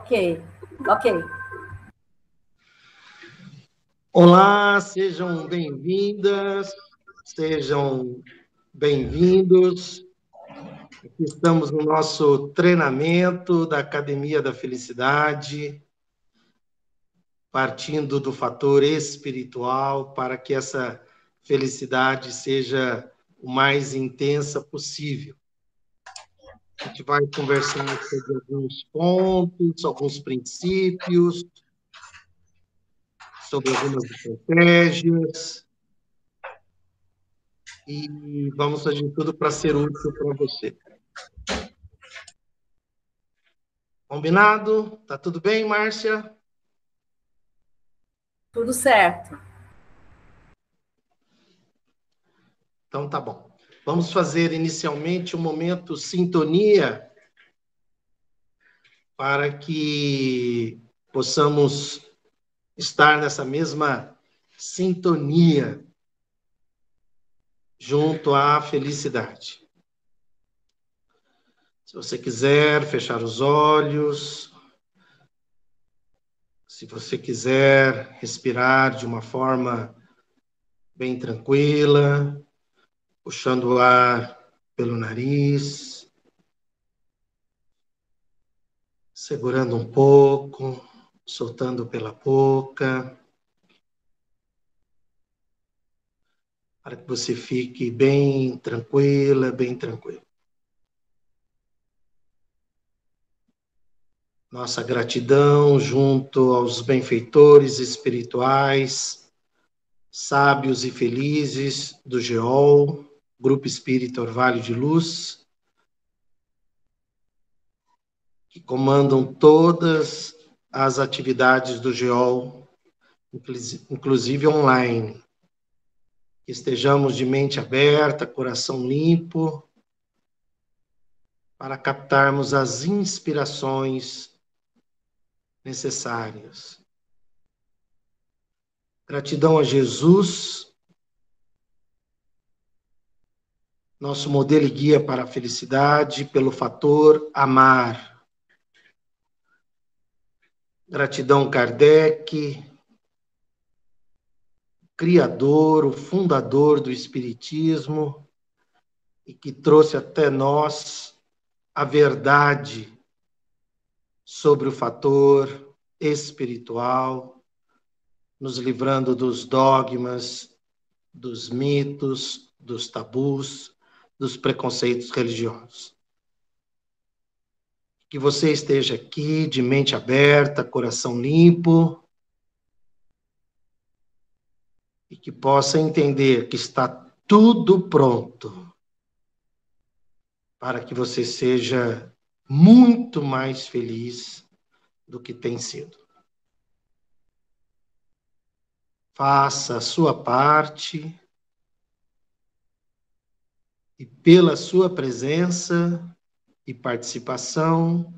Ok, ok. Olá, sejam bem-vindas, sejam bem-vindos. Aqui estamos no nosso treinamento da Academia da Felicidade, partindo do fator espiritual para que essa felicidade seja o mais intensa possível. A gente vai conversar sobre alguns pontos, alguns princípios, sobre algumas estratégias, e vamos fazer tudo para ser útil para você. Combinado? Tá tudo bem, Márcia? Tudo certo. Então tá bom. Vamos fazer inicialmente um momento sintonia para que possamos estar nessa mesma sintonia junto à felicidade. Se você quiser fechar os olhos, se você quiser respirar de uma forma bem tranquila, puxando o ar pelo nariz, segurando um pouco, soltando pela boca, para que você fique bem tranquila, bem tranquilo. Nossa gratidão junto aos benfeitores espirituais, sábios e felizes do GEOL, Grupo Espírita Orvalho de Luz, que comandam todas as atividades do GEOL, inclusive online. Que estejamos de mente aberta, coração limpo, para captarmos as inspirações necessárias. Gratidão a Jesus, nosso modelo e guia para a felicidade, pelo fator amar. Gratidão Kardec, criador, o fundador do Espiritismo, e que trouxe até nós a verdade sobre o fator espiritual, nos livrando dos dogmas, dos mitos, dos tabus, dos preconceitos religiosos. Que você esteja aqui de mente aberta, coração limpo, e que possa entender que está tudo pronto para que você seja muito mais feliz do que tem sido. Faça a sua parte e pela sua presença e participação,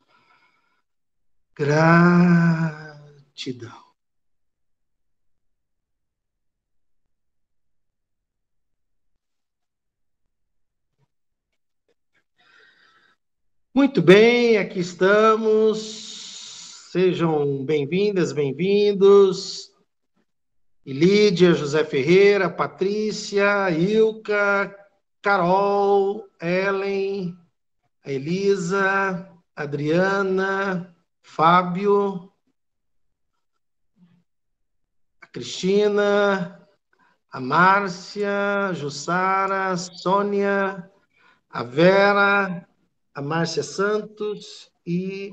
gratidão. Muito bem, aqui estamos. Sejam bem-vindas, bem-vindos. Lídia, José Ferreira, Patrícia, Ilka, Carol, Ellen, Elisa, Adriana, Fábio, a Cristina, a Márcia, Jussara, Sônia, a Vera, a Márcia Santos e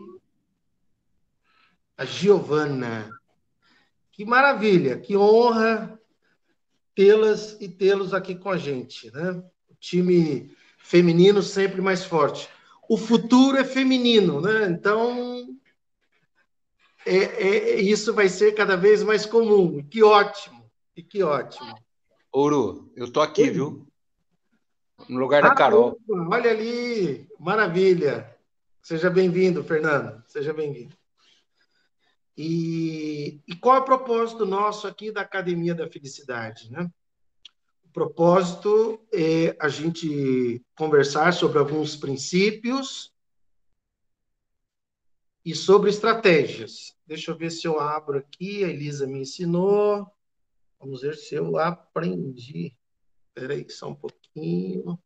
a Giovana. Que maravilha, que honra tê-las e tê-los aqui com a gente, né? O time feminino sempre mais forte. O futuro é feminino, né? Então, isso vai ser cada vez mais comum. Que ótimo, e que ótimo. Ouro, eu tô aqui, viu? No lugar da Carol. Olha ali, maravilha. Seja bem-vindo, Fernando. Seja bem-vindo. E qual é o propósito nosso aqui da Academia da Felicidade, né? O propósito é a gente conversar sobre alguns princípios e sobre estratégias. Deixa eu ver se eu abro aqui, a Elisa me ensinou. Vamos ver se eu aprendi. Espera aí, só um pouquinho.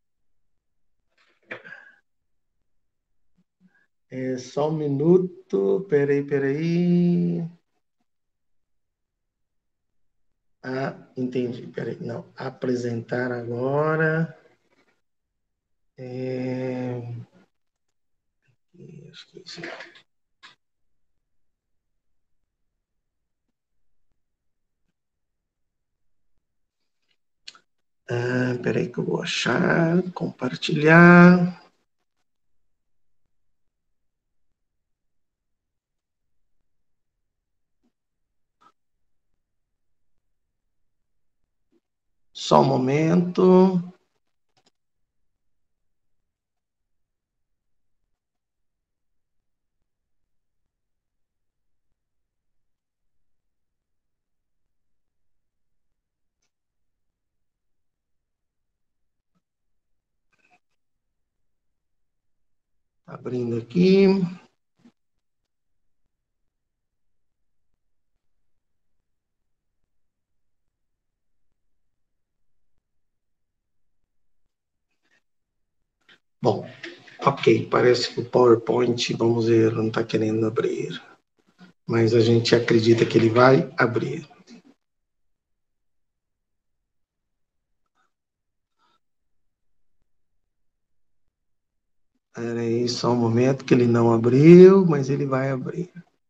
Só um minuto. Peraí. Ah, entendi. Peraí, não. Apresentar agora. Acho que é isso. Peraí que eu vou achar. Compartilhar. Só um momento. Abrindo aqui. Bom, ok, parece que o PowerPoint, vamos ver, não está querendo abrir. Mas a gente acredita que ele vai abrir. Peraí, só um momento que ele não abriu, mas ele vai abrir.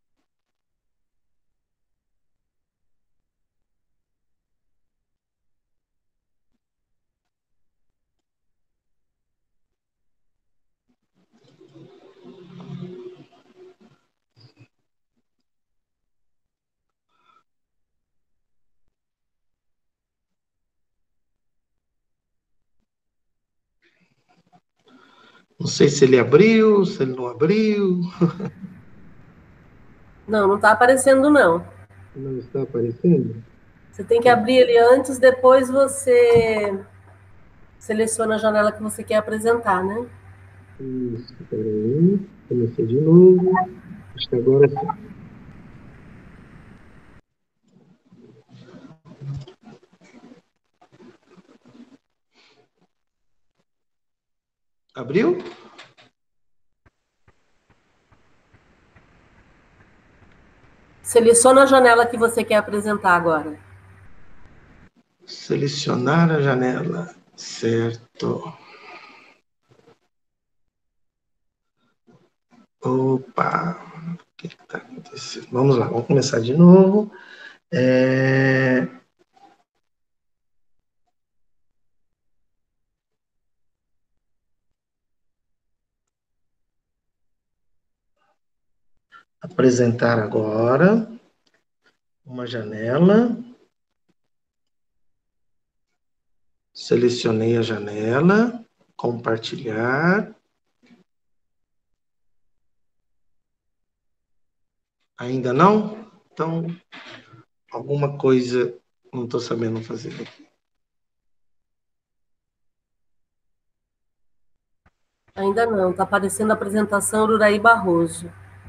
Não sei se ele abriu, se ele não abriu. Não está aparecendo, não. Não está aparecendo? Você tem que abrir ele antes, depois você seleciona a janela que você quer apresentar, né? Isso, peraí. Comecei de novo. Acho que agora sim. Abriu? Seleciona a janela que você quer apresentar agora. Selecionar a janela. Certo. Opa! O que está acontecendo? Vamos lá, vamos começar de novo. Apresentar agora uma janela. Selecionei a janela. Compartilhar. Ainda não? Então, alguma coisa não estou sabendo fazer aqui. Ainda não, está aparecendo a apresentação Ururaí Barroso.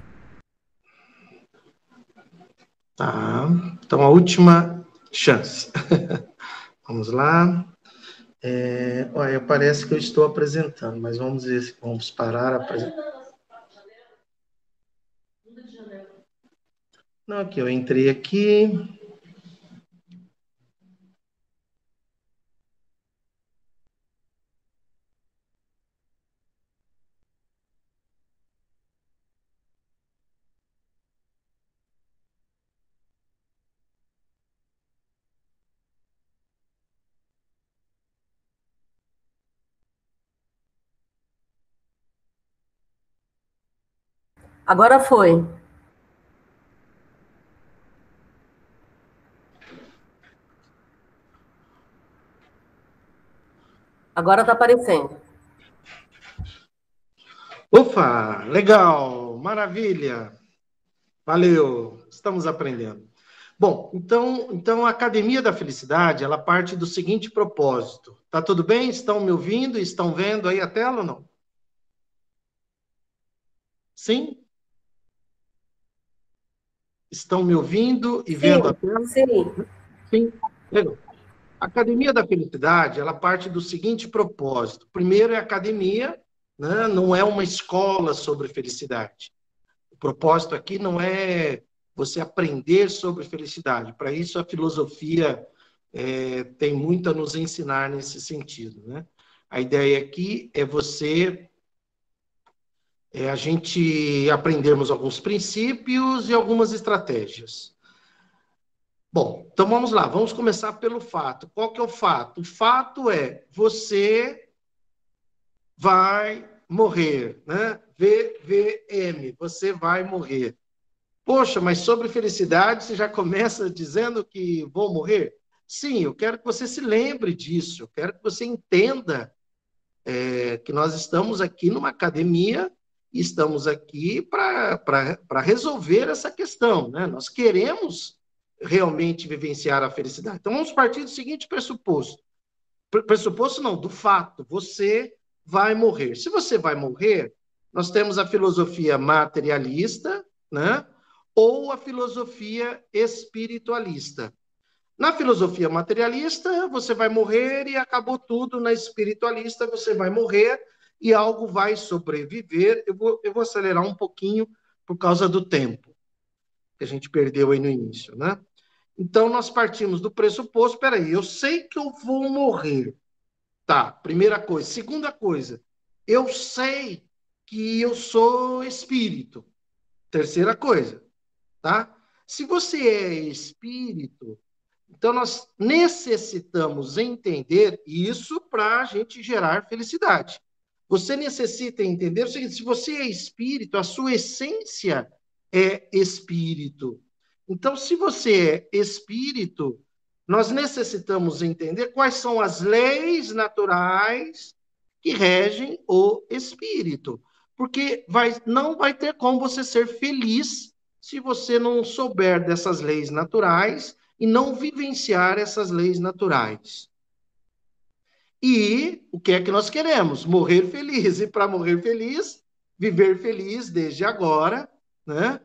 Tá. Então, a última chance. Vamos lá. Olha, parece que eu estou apresentando, mas vamos ver se vamos parar a apresentação. Não, aqui, eu entrei aqui. Agora foi. Agora está aparecendo. Ufa, legal, maravilha. Valeu, estamos aprendendo. Bom, então a Academia da Felicidade, ela parte do seguinte propósito. Tá tudo bem? Estão me ouvindo? Estão vendo aí a tela ou não? Sim? Estão me ouvindo e vendo a tela? Sim. Sim. Legal. A Academia da Felicidade, ela parte do seguinte propósito. Primeiro é academia, né? Não é uma escola sobre felicidade. O propósito aqui não é você aprender sobre felicidade. Para isso, a filosofia tem muito a nos ensinar nesse sentido, né? A ideia aqui é a gente aprendermos alguns princípios e algumas estratégias. Bom, então vamos lá, vamos começar pelo fato. Qual que é o fato? O fato é, você vai morrer, né? VVM, você vai morrer. Poxa, mas sobre felicidade você já começa dizendo que vou morrer? Sim, eu quero que você se lembre disso, eu quero que você entenda que nós estamos aqui numa academia e estamos aqui para resolver essa questão, né? Nós queremos realmente vivenciar a felicidade. Então, vamos partir do seguinte pressuposto. Pressuposto não, do fato. Você vai morrer. Se você vai morrer, nós temos a filosofia materialista, né? Ou a filosofia espiritualista. Na filosofia materialista, você vai morrer e acabou tudo. Na espiritualista, você vai morrer e algo vai sobreviver. Eu vou acelerar um pouquinho por causa do tempo que a gente perdeu aí no início, né? Então, nós partimos do pressuposto, peraí, eu sei que eu vou morrer. Tá, primeira coisa. Segunda coisa, eu sei que eu sou espírito. Terceira coisa, tá? Se você é espírito, então nós necessitamos entender isso para a gente gerar felicidade. Você necessita entender o seguinte: se você é espírito, a sua essência é espírito. Então, se você é espírito, nós necessitamos entender quais são as leis naturais que regem o espírito. Porque não vai ter como você ser feliz se você não souber dessas leis naturais e não vivenciar essas leis naturais. E o que é que nós queremos? Morrer feliz. E para morrer feliz, viver feliz desde agora, né?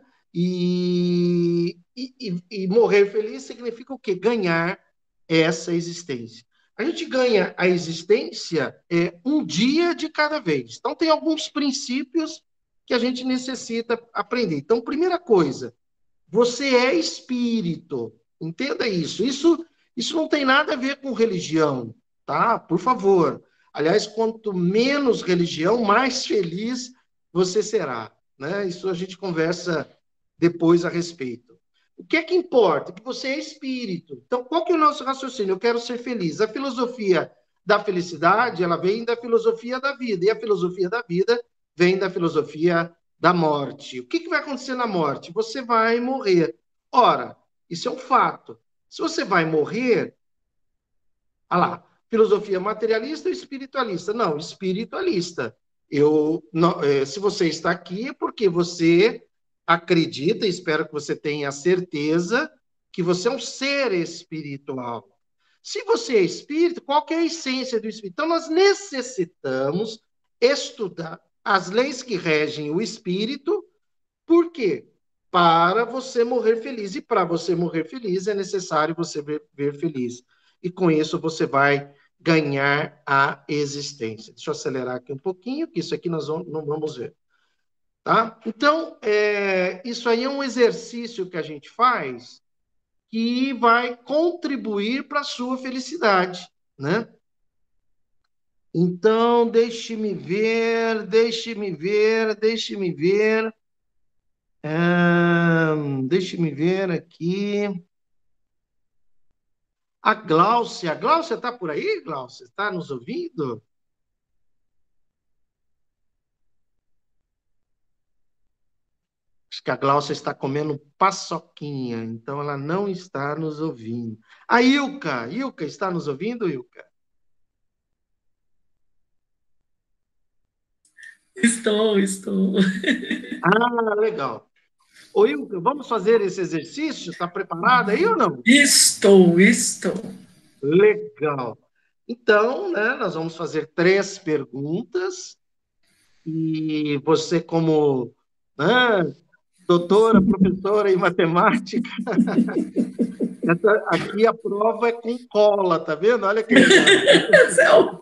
E morrer feliz significa o quê? Ganhar essa existência. A gente ganha a existência um dia de cada vez. Então, tem alguns princípios que a gente necessita aprender. Então, primeira coisa, você é espírito. Entenda isso. Isso não tem nada a ver com religião, tá? Por favor. Aliás, quanto menos religião, mais feliz você será, né? Isso a gente conversa depois a respeito. O que é que importa? Que você é espírito. Então, qual que é o nosso raciocínio? Eu quero ser feliz. A filosofia da felicidade, ela vem da filosofia da vida. E a filosofia da vida vem da filosofia da morte. O que vai acontecer na morte? Você vai morrer. Ora, isso é um fato. Se você vai morrer, olha lá, filosofia materialista ou espiritualista? Não, espiritualista. Se você está aqui é porque você acredita, espero que você tenha certeza, que você é um ser espiritual. Se você é espírito, qual que é a essência do espírito? Então, nós necessitamos estudar as leis que regem o espírito. Por quê? Para você morrer feliz. E para você morrer feliz, é necessário você ver feliz. E com isso, você vai ganhar a existência. Deixa eu acelerar aqui um pouquinho, que isso aqui nós não vamos ver. Tá? Então, isso aí é um exercício que a gente faz que vai contribuir para a sua felicidade, né? Então, deixe-me ver. Deixe-me ver aqui. A Gláucia está por aí, Gláucia? Está nos ouvindo? Acho que a Gláucia está comendo paçoquinha, então ela não está nos ouvindo. A Ilka está nos ouvindo, Ilka? Estou. Ah, legal. Ô, Ilka, vamos fazer esse exercício? Está preparada aí ou não? Estou. Legal. Então, né, nós vamos fazer 3 perguntas e você, como doutora, professora em matemática. Aqui a prova é com cola, tá vendo? Olha que legal.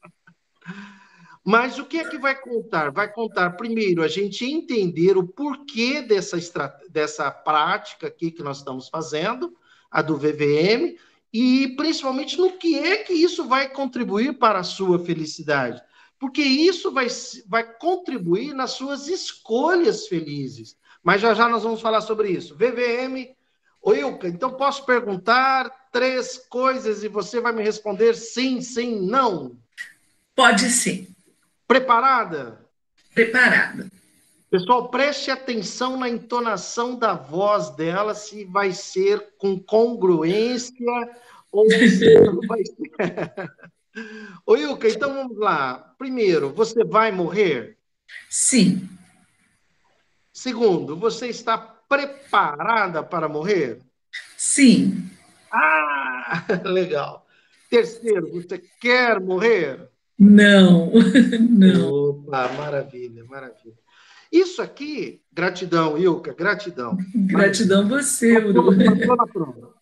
Mas o que é que vai contar? Vai contar, primeiro, a gente entender o porquê dessa prática aqui que nós estamos fazendo, a do VVM, e principalmente no que é que isso vai contribuir para a sua felicidade. Porque isso vai contribuir nas suas escolhas felizes. Mas já já nós vamos falar sobre isso. VVM, ô Ilka, então posso perguntar 3 coisas e você vai me responder sim, sim, não? Pode sim. Preparada? Preparada. Pessoal, preste atenção na entonação da voz dela, se vai ser com congruência ou se não vai ser. Ô, Ilka, então vamos lá. Primeiro, você vai morrer? Sim. Segundo, você está preparada para morrer? Sim. Ah, legal. Terceiro, você quer morrer? Não. Não. Opa, maravilha, maravilha. Isso aqui, gratidão, Ilka, gratidão. Gratidão você, Uru. Passou na prova.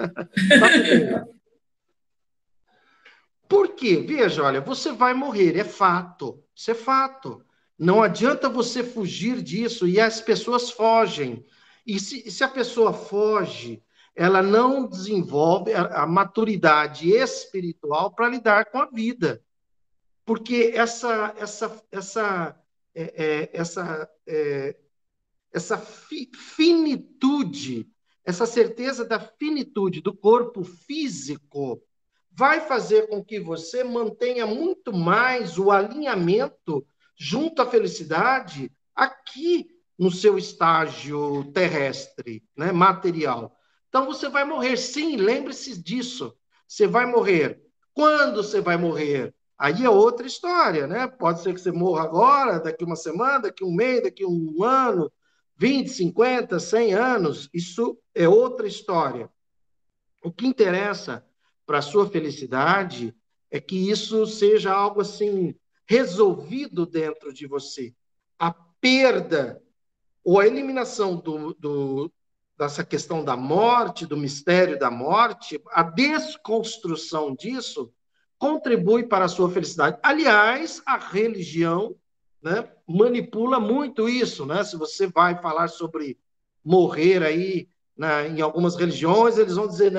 Por quê? Veja, olha, você vai morrer, é fato. Isso é fato. Não adianta você fugir disso, e as pessoas fogem. E se a pessoa foge, ela não desenvolve a maturidade espiritual para lidar com a vida. Porque essa finitude, essa certeza da finitude do corpo físico vai fazer com que você mantenha muito mais o alinhamento junto à felicidade aqui no seu estágio terrestre, né, material. Então você vai morrer, sim, lembre-se disso. Você vai morrer. Quando você vai morrer? Aí é outra história, né? Pode ser que você morra agora, daqui uma semana, daqui um mês, daqui um ano, 20, 50, 100 anos. Isso é outra história. O que interessa para a sua felicidade é que isso seja algo assim resolvido dentro de você. A perda ou a eliminação dessa questão da morte, do mistério da morte, a desconstrução disso contribui para a sua felicidade. Aliás, a religião, né, manipula muito isso, né? Se você vai falar sobre morrer aí em algumas religiões, eles vão dizer,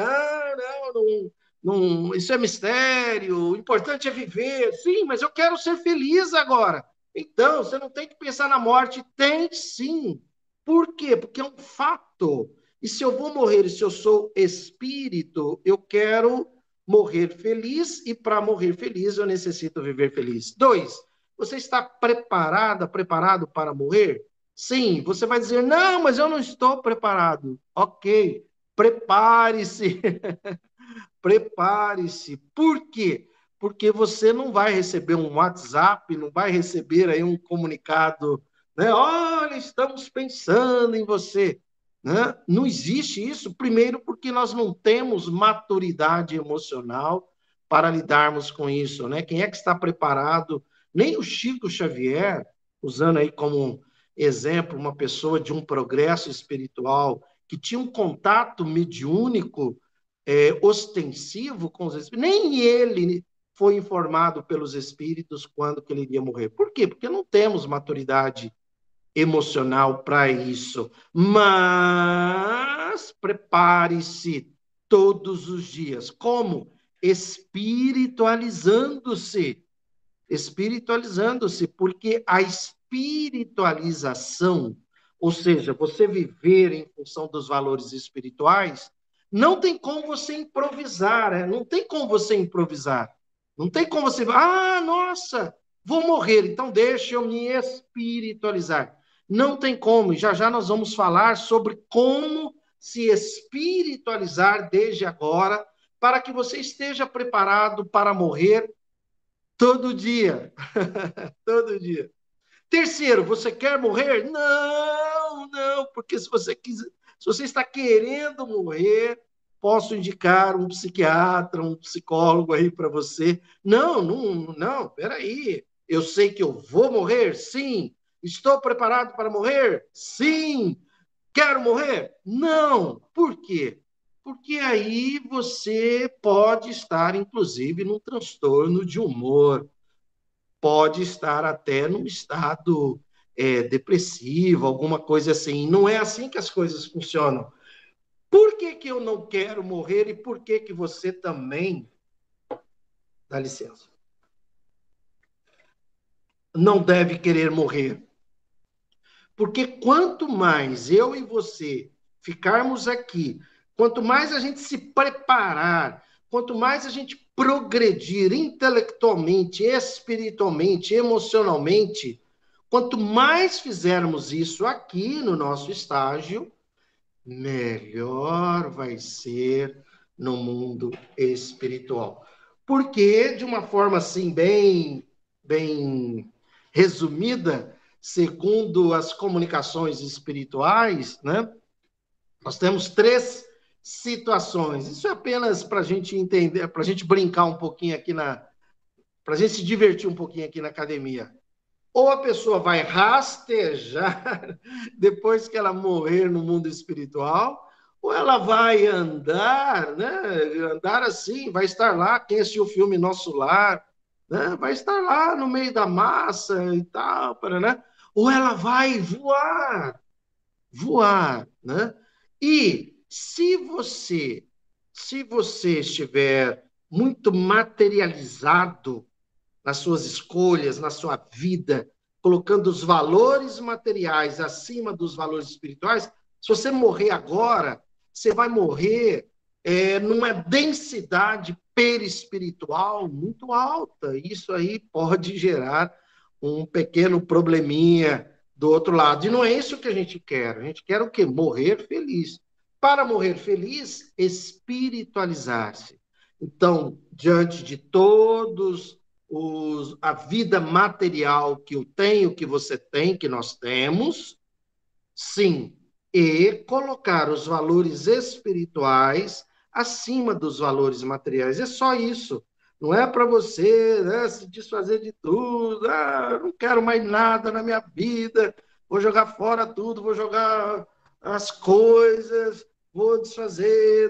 não, isso é mistério, o importante é viver. Sim, mas eu quero ser feliz agora. Então, você não tem que pensar na morte. Tem sim. Por quê? Porque é um fato. E se eu vou morrer, e se eu sou espírito, eu quero morrer feliz, e para morrer feliz eu necessito viver feliz. 2, você está preparado para morrer? Sim, você vai dizer, não, mas eu não estou preparado. Ok, prepare-se. Prepare-se. Por quê? Porque você não vai receber um WhatsApp, não vai receber aí um comunicado, né? Olha, estamos pensando em você. Né? Não existe isso, primeiro porque nós não temos maturidade emocional para lidarmos com isso. Né? Quem é que está preparado? Nem o Chico Xavier, usando aí como exemplo uma pessoa de um progresso espiritual que tinha um contato mediúnico ostensivo com os espíritos, nem ele foi informado pelos espíritos quando que ele iria morrer. Por quê? Porque não temos maturidade emocional para isso. Mas prepare-se todos os dias. Como? Espiritualizando-se. Espiritualizando-se, porque a espiritualização, ou seja, você viver em função dos valores espirituais, não tem como você improvisar, né? Não tem como você improvisar. Não tem como você... nossa, vou morrer, então deixa eu me espiritualizar. Não tem como, e já já nós vamos falar sobre como se espiritualizar desde agora, para que você esteja preparado para morrer todo dia. Todo dia. Terceiro, você quer morrer? Não, porque se você está querendo morrer, posso indicar um psiquiatra, um psicólogo aí para você. Não, peraí. Eu sei que eu vou morrer? Sim. Estou preparado para morrer? Sim. Quero morrer? Não. Por quê? Porque aí você pode estar, inclusive, num transtorno de humor, pode estar até num estado depressivo, alguma coisa assim. Não é assim que as coisas funcionam. Por que que eu não quero morrer e por que que você também, dá licença, não deve querer morrer? Porque quanto mais eu e você ficarmos aqui, quanto mais a gente se preparar, quanto mais a gente progredir intelectualmente, espiritualmente, emocionalmente, quanto mais fizermos isso aqui no nosso estágio, melhor vai ser no mundo espiritual. Porque, de uma forma assim, bem resumida, segundo as comunicações espirituais, né, nós temos três situações. Isso é apenas para a gente entender, para a gente brincar um pouquinho aqui para a gente se divertir um pouquinho aqui na academia. Ou a pessoa vai rastejar depois que ela morrer no mundo espiritual, ou ela vai andar, né? Andar assim, vai estar lá, quem assistiu o filme Nosso Lar, né? Vai estar lá no meio da massa e tal, né? Ou ela vai voar, né? E se você estiver muito materializado nas suas escolhas, na sua vida, colocando os valores materiais acima dos valores espirituais, se você morrer agora, você vai morrer numa densidade perispiritual muito alta. Isso aí pode gerar um pequeno probleminha do outro lado. E não é isso que a gente quer. A gente quer o quê? Morrer feliz. Para morrer feliz, espiritualizar-se. Então, diante de todos a vida material que eu tenho, que você tem, que nós temos, sim, e colocar os valores espirituais acima dos valores materiais. É só isso. Não é para você, né, se desfazer de tudo. Não quero mais nada na minha vida. Vou jogar fora tudo, vou jogar as coisas, vou desfazer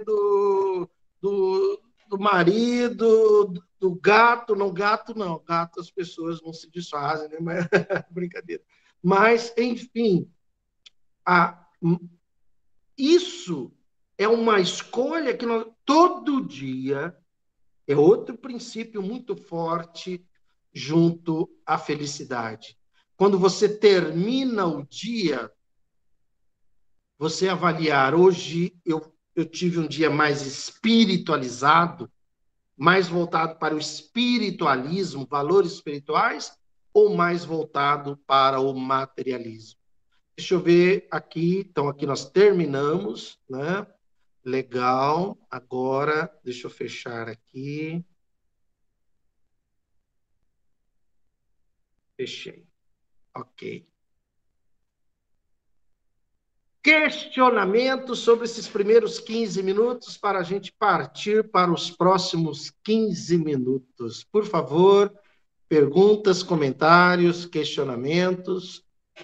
do marido, do gato. Não, gato não. Gato as pessoas não se desfazem, né? Mas, brincadeira. Mas, enfim, a, isso é uma escolha que nós, todo dia, é outro princípio muito forte junto à felicidade. Quando você termina o dia, você avaliar, hoje eu tive um dia mais espiritualizado, mais voltado para o espiritualismo, valores espirituais, ou mais voltado para o materialismo? Deixa eu ver aqui. Então, aqui nós terminamos, né? Legal. Agora, deixa eu fechar aqui. Fechei. Ok. Questionamento sobre esses primeiros 15 minutos para a gente partir para os próximos 15 minutos. Por favor, perguntas, comentários, questionamentos.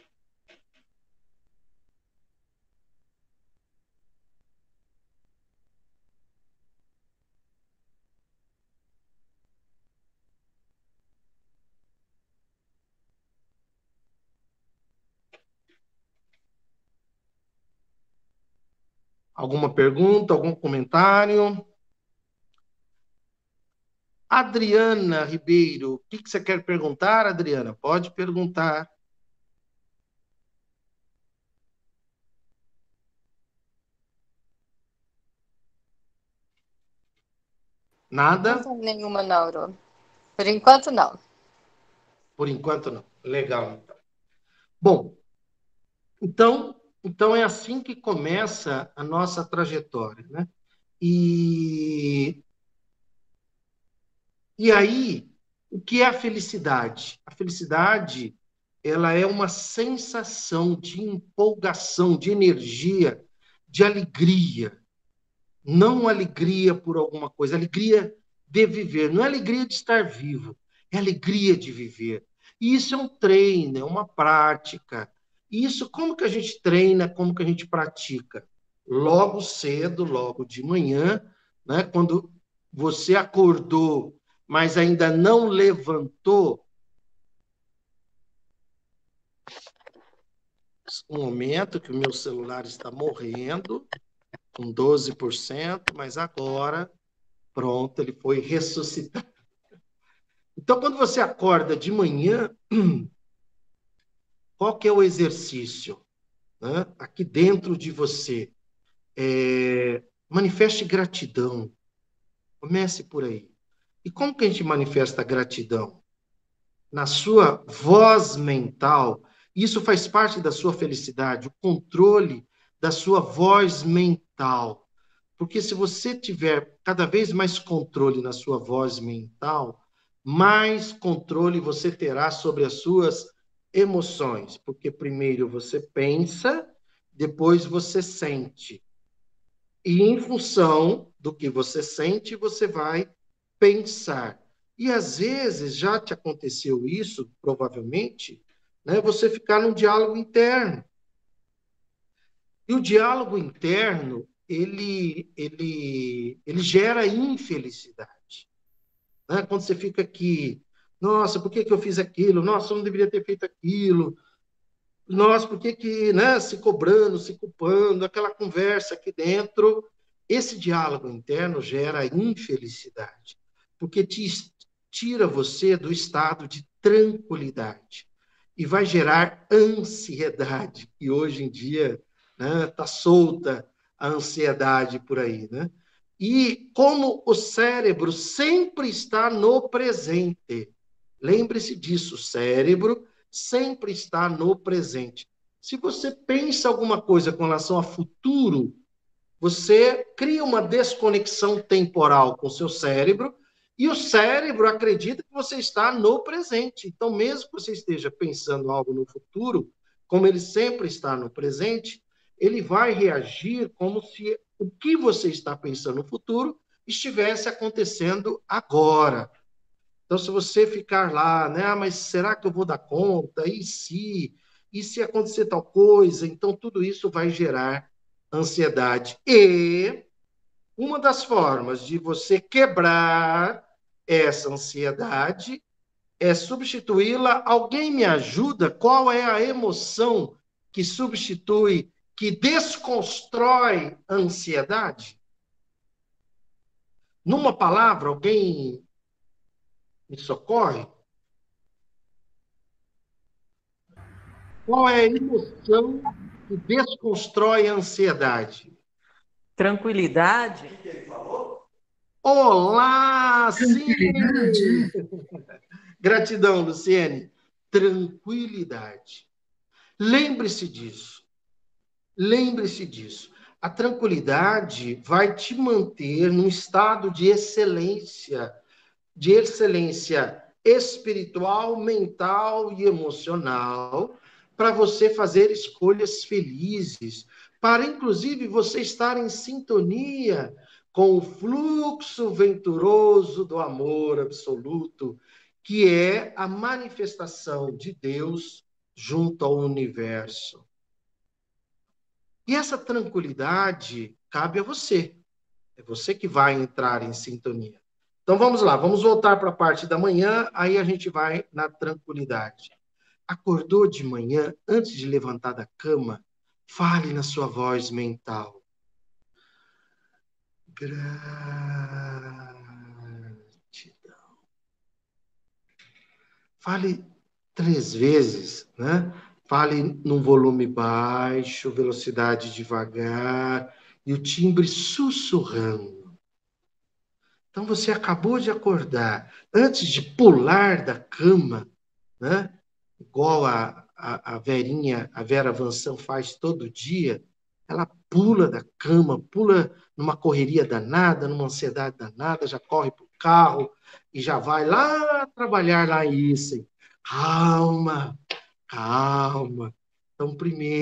Alguma pergunta, algum comentário? Adriana Ribeiro, o que você quer perguntar, Adriana? Pode perguntar. Nada? Não tem nenhuma, Nauro. Por enquanto, não. Por enquanto, não. Legal, então. Bom, então é assim que começa a nossa trajetória, né? E aí, o que é a felicidade? A felicidade, ela é uma sensação de empolgação, de energia, de alegria. Não alegria por alguma coisa, alegria de viver. Não é alegria de estar vivo, é alegria de viver. E isso é um treino, é uma prática. E isso, como que a gente treina, como que a gente pratica? Logo cedo, logo de manhã, né? Quando você acordou, mas ainda não levantou, um momento que o meu celular está morrendo, com 12%, mas agora, pronto, ele foi ressuscitado. Então, quando você acorda de manhã, qual que é o exercício, né? Aqui dentro de você? Manifeste gratidão. Comece por aí. E como que a gente manifesta gratidão? Na sua voz mental. Isso faz parte da sua felicidade, o controle da sua voz mental. Porque se você tiver cada vez mais controle na sua voz mental, mais controle você terá sobre as suas emoções. Porque primeiro você pensa, depois você sente. E em função do que você sente, você vai pensar. E às vezes já te aconteceu isso, provavelmente, né? Você ficar num diálogo interno. E o diálogo interno, ele gera infelicidade. Né? Quando você fica aqui, nossa, por que que eu fiz aquilo? Nossa, eu não deveria ter feito aquilo. Nossa, por que que, né, se cobrando, se culpando, aquela conversa aqui dentro, esse diálogo interno gera infelicidade, porque tira você do estado de tranquilidade e vai gerar ansiedade, que hoje em dia, né, tá solta a ansiedade por aí, né? E como o cérebro sempre está no presente, lembre-se disso, o cérebro sempre está no presente. Se você pensa alguma coisa com relação a futuro, você cria uma desconexão temporal com o seu cérebro e o cérebro acredita que você está no presente. Então, mesmo que você esteja pensando algo no futuro, como ele sempre está no presente, ele vai reagir como se o que você está pensando no futuro estivesse acontecendo agora. Então, se você ficar lá, né, mas será que eu vou dar conta? E se? E se acontecer tal coisa? Então, tudo isso vai gerar ansiedade. E uma das formas de você quebrar essa ansiedade é substituí-la. Alguém me ajuda? Qual é a emoção que substitui, que desconstrói a ansiedade? Numa palavra, alguém me socorre? Qual é a emoção que desconstrói a ansiedade? Tranquilidade? Olá, sim! Tranquilidade. Gratidão, Luciene. Tranquilidade. Lembre-se disso. Lembre-se disso. A tranquilidade vai te manter num estado de excelência espiritual, mental e emocional, para você fazer escolhas felizes, para inclusive você estar em sintonia com o fluxo venturoso do amor absoluto, que é a manifestação de Deus junto ao universo. E essa tranquilidade cabe a você. É você que vai entrar em sintonia. Então vamos lá, vamos voltar para a parte da manhã, aí a gente vai na tranquilidade. Acordou de manhã, antes de levantar da cama, fale na sua voz mental. Gratidão. Fale 3 vezes, né? Fale num volume baixo, velocidade devagar e o timbre sussurrando. Então você acabou de acordar, antes de pular da cama, né? Igual a Verinha, a Vera Vansan faz todo dia, ela pula da cama, pula numa correria danada, numa ansiedade danada, já corre para o carro e já vai lá trabalhar lá isso. Calma, calma. Então,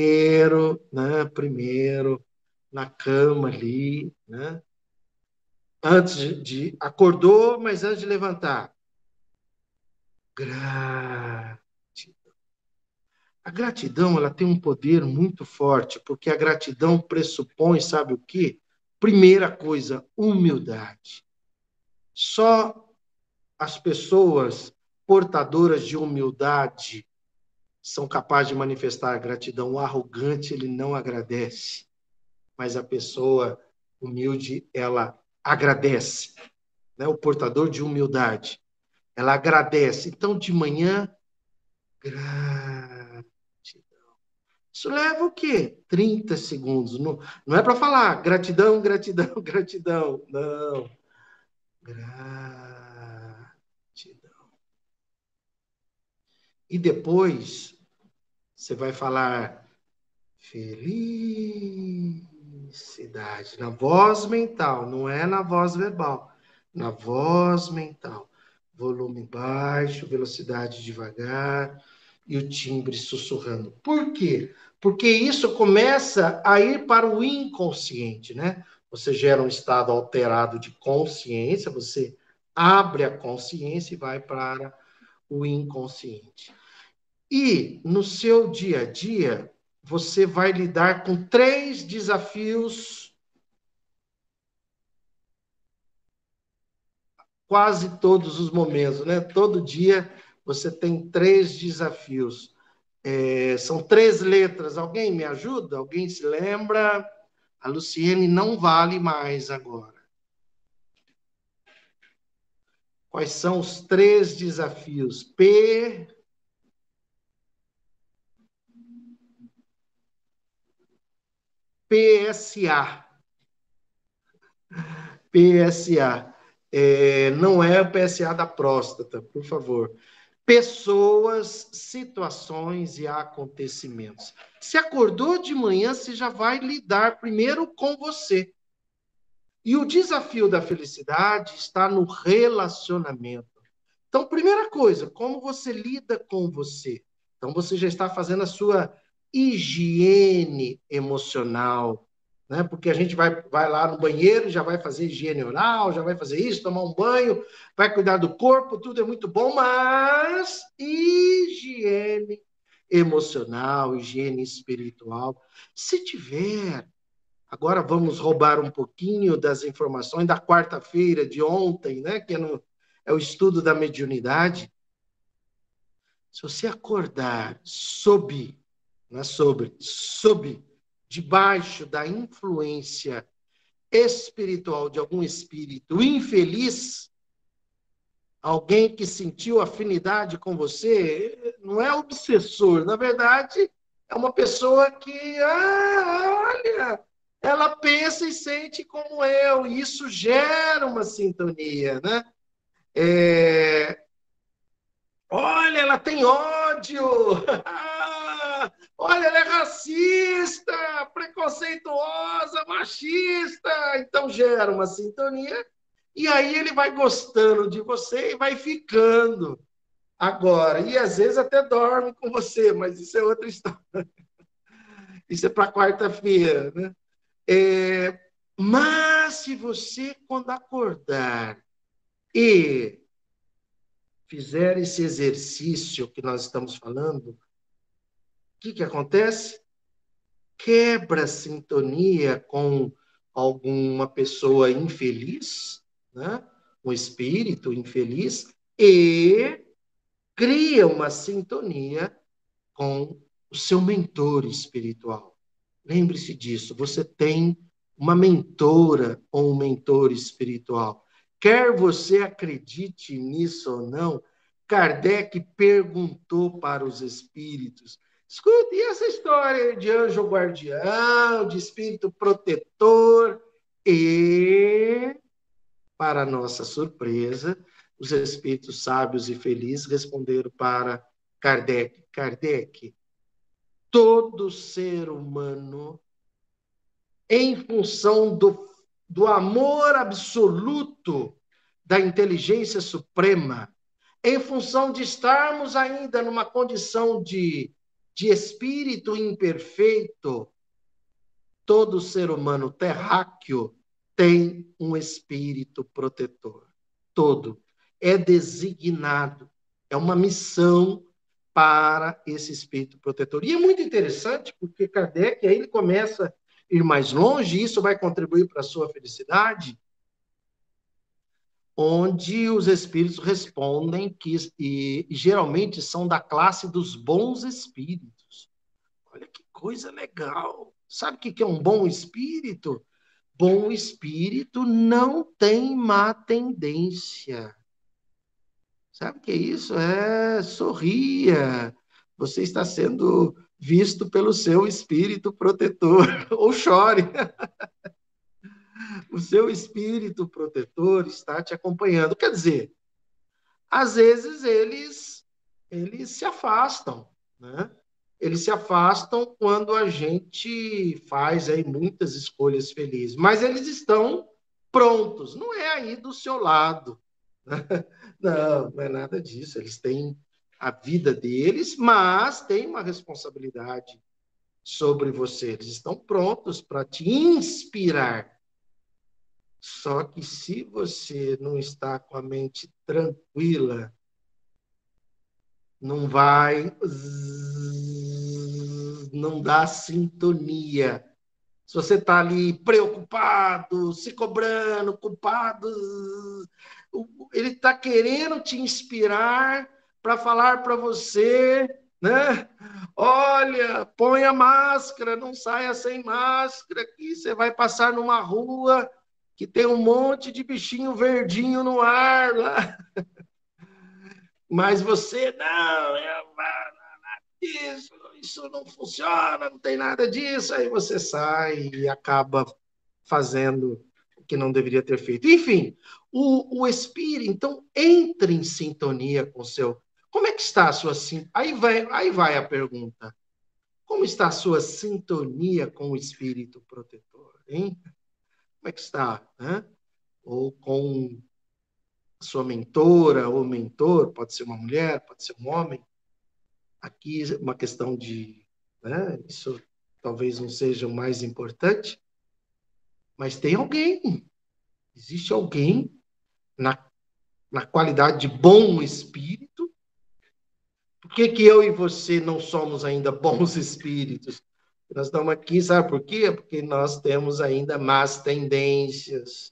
primeiro, na cama ali, né? Antes acordou, mas antes de levantar. Gratidão. A gratidão, ela tem um poder muito forte, porque a gratidão pressupõe, sabe o quê? Primeira coisa, humildade. Só as pessoas portadoras de humildade são capazes de manifestar gratidão. O arrogante, ele não agradece, mas a pessoa humilde, ela agradece, né? O portador de humildade, ela agradece. Então, de manhã, gratidão. Isso leva o quê? 30 segundos. Não é para falar gratidão, gratidão, gratidão. Não. Gratidão. E depois, você vai falar felicidade, na voz mental, não é na voz verbal, na voz mental. Volume baixo, velocidade devagar e o timbre sussurrando. Por quê? Porque isso começa a ir para o inconsciente, né? Você gera um estado alterado de consciência, você abre a consciência e vai para o inconsciente. E no seu dia a dia, você vai lidar com 3 desafios quase todos os momentos, né? Todo dia você tem 3 desafios. São 3 letras. Alguém me ajuda? Alguém se lembra? A Luciene não vale mais agora. Quais são os 3 desafios? PSA. PSA. Não é o PSA da próstata, por favor. Pessoas, situações e acontecimentos. Se acordou de manhã, você já vai lidar primeiro com você. E o desafio da felicidade está no relacionamento. Então, primeira coisa, como você lida com você? Então, você já está fazendo a sua higiene emocional, né? Porque a gente vai lá no banheiro, já vai fazer higiene oral, já vai fazer isso, tomar um banho, vai cuidar do corpo, tudo é muito bom, mas higiene emocional, higiene espiritual, se tiver. Agora vamos roubar um pouquinho das informações da quarta-feira de ontem, né? Que é o estudo da mediunidade. Se você acordar não é sob, debaixo da influência espiritual de algum espírito infeliz, alguém que sentiu afinidade com você, não é obsessor, na verdade, é uma pessoa que, olha, ela pensa e sente como eu, e isso gera uma sintonia, né? Olha, ela tem ódio! Olha, ela é racista, preconceituosa, machista! Então gera uma sintonia, e aí ele vai gostando de você e vai ficando. Agora, e às vezes até dorme com você, mas isso é outra história. Isso é para quarta-feira, né? Mas se você, quando acordar e fizer esse exercício que nós estamos falando, o que acontece? Quebra a sintonia com alguma pessoa infeliz, né? Um espírito infeliz, e cria uma sintonia com o seu mentor espiritual. Lembre-se disso, você tem uma mentora ou um mentor espiritual. Quer você acredite nisso ou não, Kardec perguntou para os espíritos: escute, e essa história de anjo guardião, de espírito protetor? E, para nossa surpresa, os espíritos sábios e felizes responderam para Kardec: Kardec, todo ser humano, em função do amor absoluto da inteligência suprema, em função de estarmos ainda numa condição de espírito imperfeito, todo ser humano terráqueo tem um espírito protetor. Todo. É designado. É uma missão para esse espírito protetor. E é muito interessante, porque Kardec, aí ele começa a ir mais longe, e isso vai contribuir para a sua felicidade, onde os espíritos respondem e geralmente são da classe dos bons espíritos. Olha que coisa legal. Sabe o que é um bom espírito? Bom espírito não tem má tendência. Sabe o que é isso? Sorria. Você está sendo visto pelo seu espírito protetor. Ou chore. O seu espírito protetor está te acompanhando. Quer dizer, às vezes eles se afastam, né? Eles se afastam quando a gente faz aí muitas escolhas felizes, mas eles estão prontos, não é aí do seu lado. Não, não é nada disso. Eles têm a vida deles, mas têm uma responsabilidade sobre você. Eles estão prontos para te inspirar. Só que se você não está com a mente tranquila, não dá sintonia. Se você está ali preocupado, se cobrando, culpado, ele está querendo te inspirar para falar para você, né? Olha, põe a máscara, não saia sem máscara, que você vai passar numa rua que tem um monte de bichinho verdinho no ar lá. Mas você, não, isso não funciona, não tem nada disso. Aí você sai e acaba fazendo o que não deveria ter feito. Enfim, o espírito, então, entra em sintonia com o seu... Como é que está a sua... Aí vai a pergunta. Como está a sua sintonia com o espírito protetor, hein? Como é que está, né? Ou com a sua mentora ou mentor, pode ser uma mulher, pode ser um homem. Aqui uma questão de, né? Isso talvez não seja o mais importante, mas tem alguém, existe alguém na qualidade de bom espírito. Por que eu e você não somos ainda bons espíritos? Nós estamos aqui, sabe por quê? Porque nós temos ainda más tendências.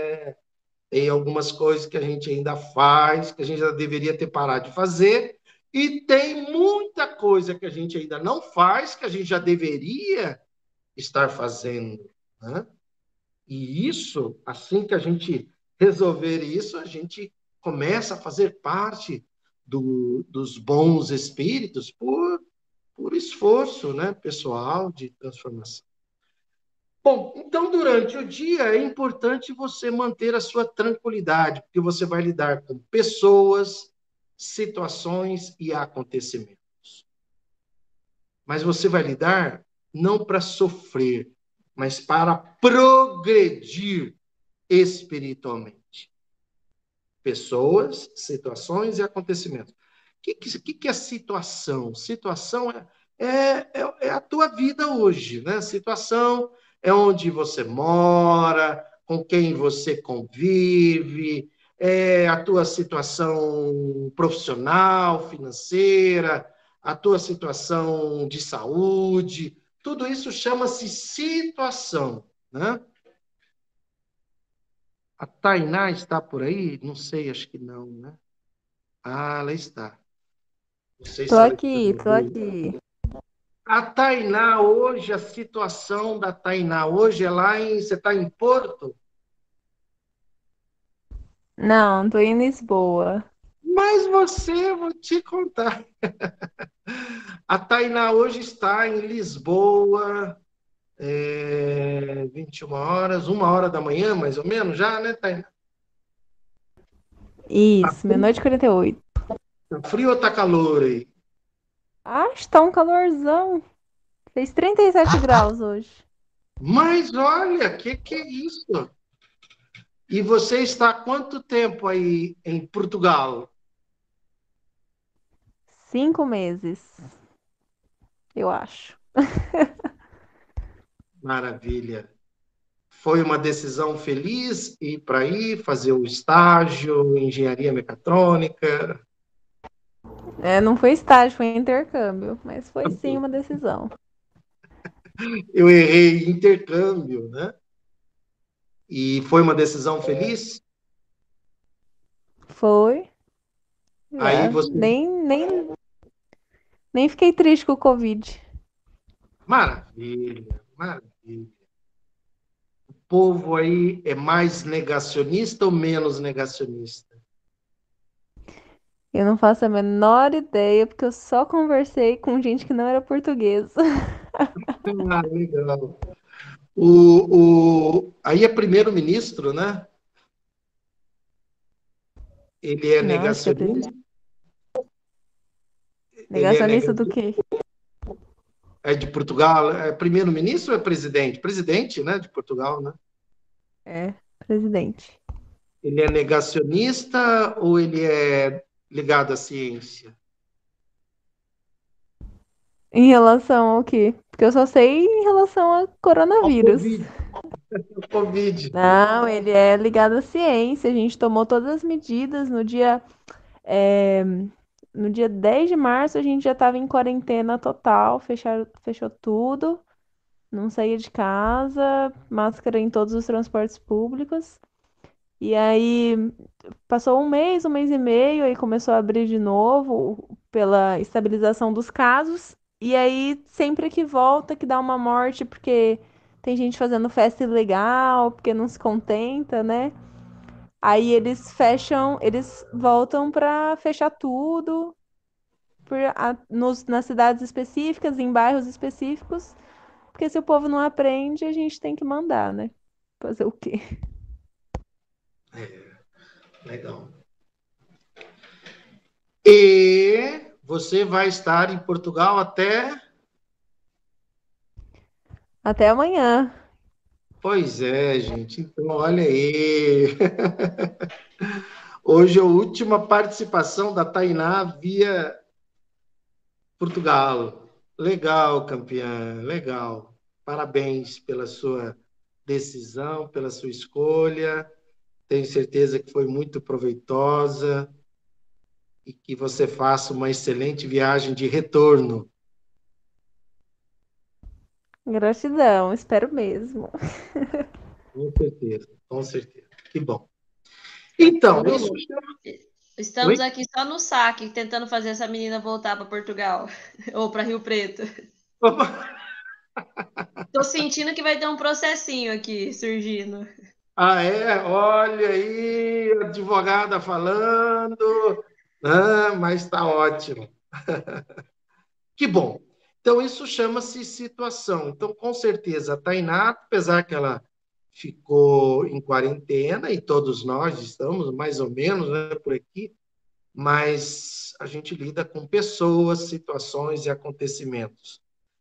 Tem algumas coisas que a gente ainda faz, que a gente já deveria ter parado de fazer, e tem muita coisa que a gente ainda não faz, que a gente já deveria estar fazendo, né? E isso, assim que a gente resolver isso, a gente começa a fazer parte dos bons espíritos por esforço, né, pessoal de transformação. Bom, então, durante o dia, é importante você manter a sua tranquilidade, porque você vai lidar com pessoas, situações e acontecimentos. Mas você vai lidar não para sofrer, mas para progredir espiritualmente. Pessoas, situações e acontecimentos. O que é situação? Situação é a tua vida hoje, né? Situação é onde você mora, com quem você convive, é a tua situação profissional, financeira, a tua situação de saúde, tudo isso chama-se situação, né? A Tainá está por aí? Não sei, acho que não, né? Ah, ela está. Não sei se Tô ela aqui, tô está. aqui. A Tainá hoje, a situação da Tainá hoje é lá em... Você está em Porto? Não, tô em Lisboa. Mas você, vou te contar. A Tainá hoje está em Lisboa, 21 horas, 1h da manhã, mais ou menos, já, né, Tainá? Isso, meia-noite e 48. Tá frio ou tá calor aí? Ah, está um calorzão. Fez 37 graus hoje. Mas olha, que é isso? E você está há quanto tempo aí em Portugal? 5 meses, eu acho. Maravilha. Foi uma decisão feliz ir para aí, fazer o estágio, engenharia mecatrônica? Não foi estágio, foi intercâmbio, mas foi sim uma decisão. Eu errei intercâmbio, né? E foi uma decisão feliz? Foi. Aí Já. você. Nem fiquei triste com o Covid. Maravilha, maravilha. O povo aí é mais negacionista ou menos negacionista? Eu não faço a menor ideia, porque eu só conversei com gente que não era portuguesa. Ah, legal. Aí é primeiro-ministro, né? Ele é Não, acho que é negacionista? Ele é negacionista do negacionista? quê? É de Portugal? É primeiro-ministro ou é presidente? Presidente, né? De Portugal, né? É, presidente. Ele é negacionista ou ele é ligado à ciência? Em relação ao quê? Porque eu só sei em relação a Ao coronavírus. Covid. Ao Covid. Não, ele é ligado à ciência. A gente tomou todas as medidas é, no dia 10 de março, a gente já estava em quarentena total, fechou tudo, não saía de casa, máscara em todos os transportes públicos. E aí passou um mês e meio, aí começou a abrir de novo pela estabilização dos casos. E aí, sempre que volta, que dá uma morte, porque tem gente fazendo festa ilegal, porque não se contenta, né? Aí eles voltam para fechar tudo nas cidades específicas, em bairros específicos, porque se o povo não aprende, a gente tem que mandar, né? Fazer o quê? Legal. E você vai estar em Portugal até. Até amanhã. Pois é, gente. Então, olha aí. Hoje é a última participação da Tainá via Portugal. Legal, campeã. Legal. Parabéns pela sua decisão, pela sua escolha. Tenho certeza que foi muito proveitosa e que você faça uma excelente viagem de retorno. Gratidão, espero mesmo. Com certeza, com certeza. Que bom. Então, Lu, isso. estamos Oi? aqui só no saque, tentando fazer essa menina voltar para Portugal ou para Rio Preto. Tô sentindo que vai ter um processinho aqui surgindo. Ah, é? Olha aí, advogada falando. Ah, mas está ótimo. Que bom. Então, isso chama-se situação. Então, com certeza, a Tainá, apesar que ela ficou em quarentena, e todos nós estamos mais ou menos, né, por aqui, mas a gente lida com pessoas, situações e acontecimentos.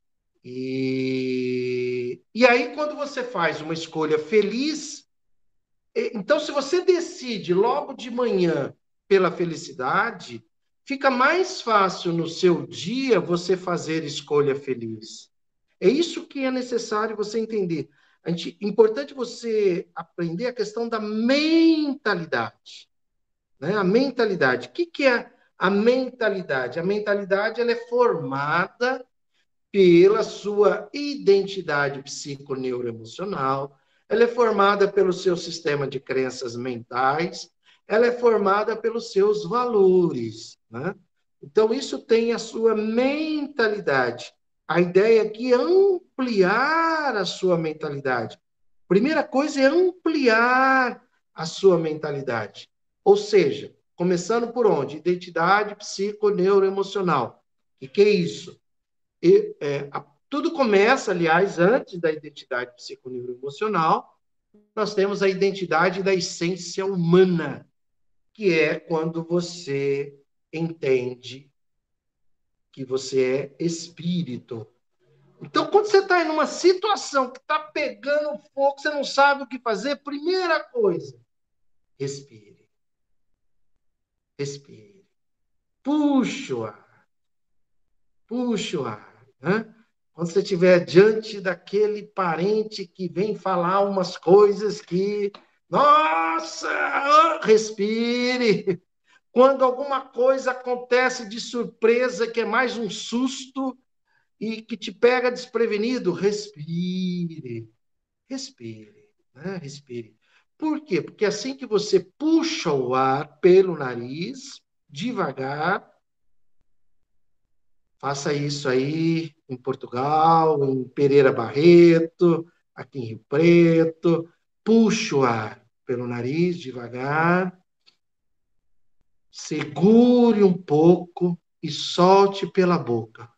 E aí, quando você faz uma escolha feliz, então, se você decide logo de manhã pela felicidade, fica mais fácil no seu dia você fazer escolha feliz. É isso que é necessário você entender. Importante você aprender a questão da mentalidade. Né? A mentalidade. O que é a mentalidade? A mentalidade ela é formada pela sua identidade psiconeuroemocional, ela é formada pelo seu sistema de crenças mentais, ela é formada pelos seus valores. Né? Então, isso tem a sua mentalidade. A ideia aqui é ampliar a sua mentalidade. Primeira coisa é ampliar a sua mentalidade. Ou seja, começando por onde? Identidade psiconeuroemocional. O que é isso? Tudo começa, aliás, antes da identidade psiconeuroemocional, nós temos a identidade da essência humana, que é quando você entende que você é espírito. Então, quando você está em uma situação que está pegando fogo, você não sabe o que fazer, primeira coisa, respire. Respire. Puxa o ar. Puxa o ar. Né? Quando você estiver diante daquele parente que vem falar umas coisas que, nossa, respire. Quando alguma coisa acontece de surpresa, que é mais um susto e que te pega desprevenido, respire, respire, né? Respire. Por quê? Porque assim que você puxa o ar pelo nariz, devagar, faça isso aí em Portugal, em Pereira Barreto, aqui em Rio Preto, puxa o ar pelo nariz, devagar, segure um pouco e solte pela boca.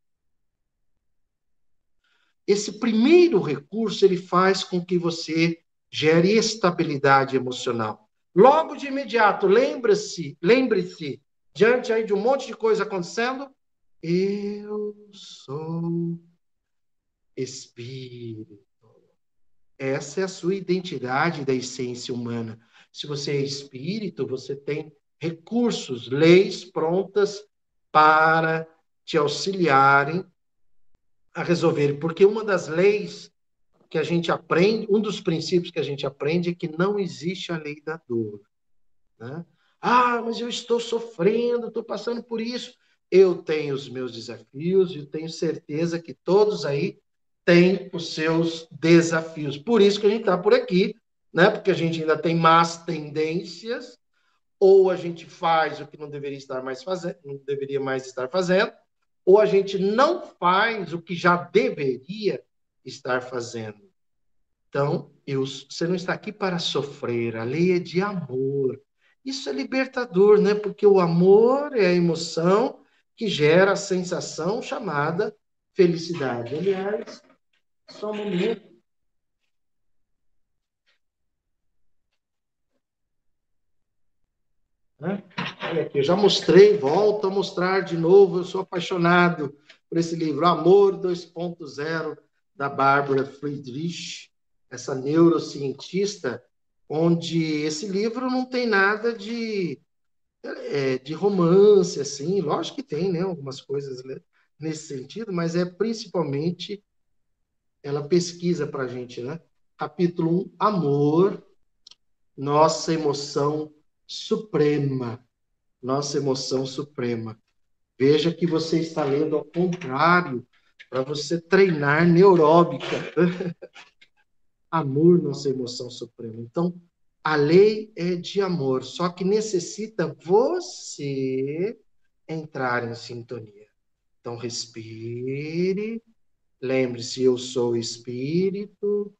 Esse primeiro recurso, ele faz com que você gere estabilidade emocional. Logo de imediato, lembre-se, diante aí de um monte de coisa acontecendo, eu sou espírito. Essa é a sua identidade da essência humana. Se você é espírito, você tem recursos, leis prontas para te auxiliarem a resolver. Porque uma das leis que a gente aprende, um dos princípios que a gente aprende é que não existe a lei da dor, né? Ah, mas eu estou sofrendo, estou passando por isso. Eu tenho os meus desafios e tenho certeza que todos aí têm os seus desafios. Por isso que a gente está por aqui, né? Porque a gente ainda tem más tendências, ou a gente faz o que não deveria estar mais fazendo, não deveria mais estar fazendo, ou a gente não faz o que já deveria estar fazendo. Então, você não está aqui para sofrer, a lei é de amor. Isso é libertador, né? Porque o amor é a emoção que gera a sensação chamada felicidade. Aliás, só um momento. Né? Olha aqui, eu já mostrei, volto a mostrar de novo. Eu sou apaixonado por esse livro, Amor 2.0, da Barbara Friedrich, essa neurocientista, onde esse livro não tem nada de romance, assim, lógico que tem, né, algumas coisas nesse sentido, mas é principalmente, ela pesquisa para a gente, né? Capítulo 1, Amor, nossa emoção suprema. Nossa emoção suprema. Veja que você está lendo ao contrário, para você treinar neuróbica. Amor, nossa emoção suprema. Então, a lei é de amor, só que necessita você entrar em sintonia. Então, respire, lembre-se, eu sou espírito,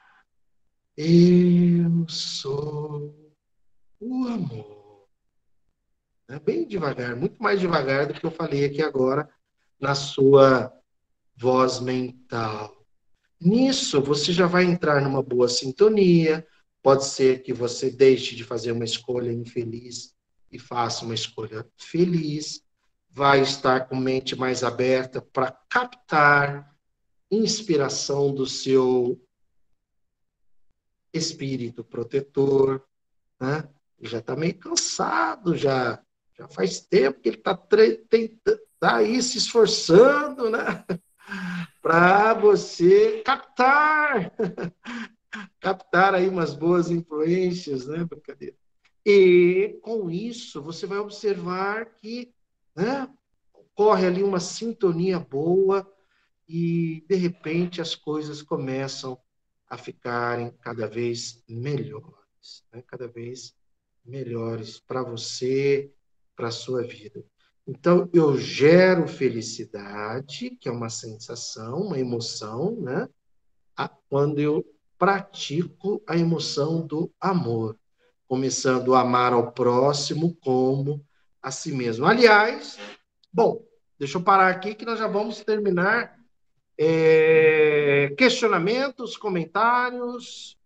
eu sou o amor. É bem devagar, muito mais devagar do que eu falei aqui agora na sua voz mental. Nisso, você já vai entrar numa boa sintonia. Pode ser que você deixe de fazer uma escolha infeliz e faça uma escolha feliz. Vai estar com mente mais aberta para captar inspiração do seu espírito protetor, né? Já está meio cansado, já faz tempo que ele tá aí se esforçando, né? Para você captar aí umas boas influências, né? Brincadeira. E com isso você vai observar que, né, ocorre ali uma sintonia boa e de repente as coisas começam a ficarem cada vez melhores, né? Cada vez melhores para você, para a sua vida. Então, eu gero felicidade, que é uma sensação, uma emoção, né? Quando eu pratico a emoção do amor, começando a amar ao próximo como a si mesmo. Aliás, bom, deixa eu parar aqui que nós já vamos terminar. Questionamentos, comentários.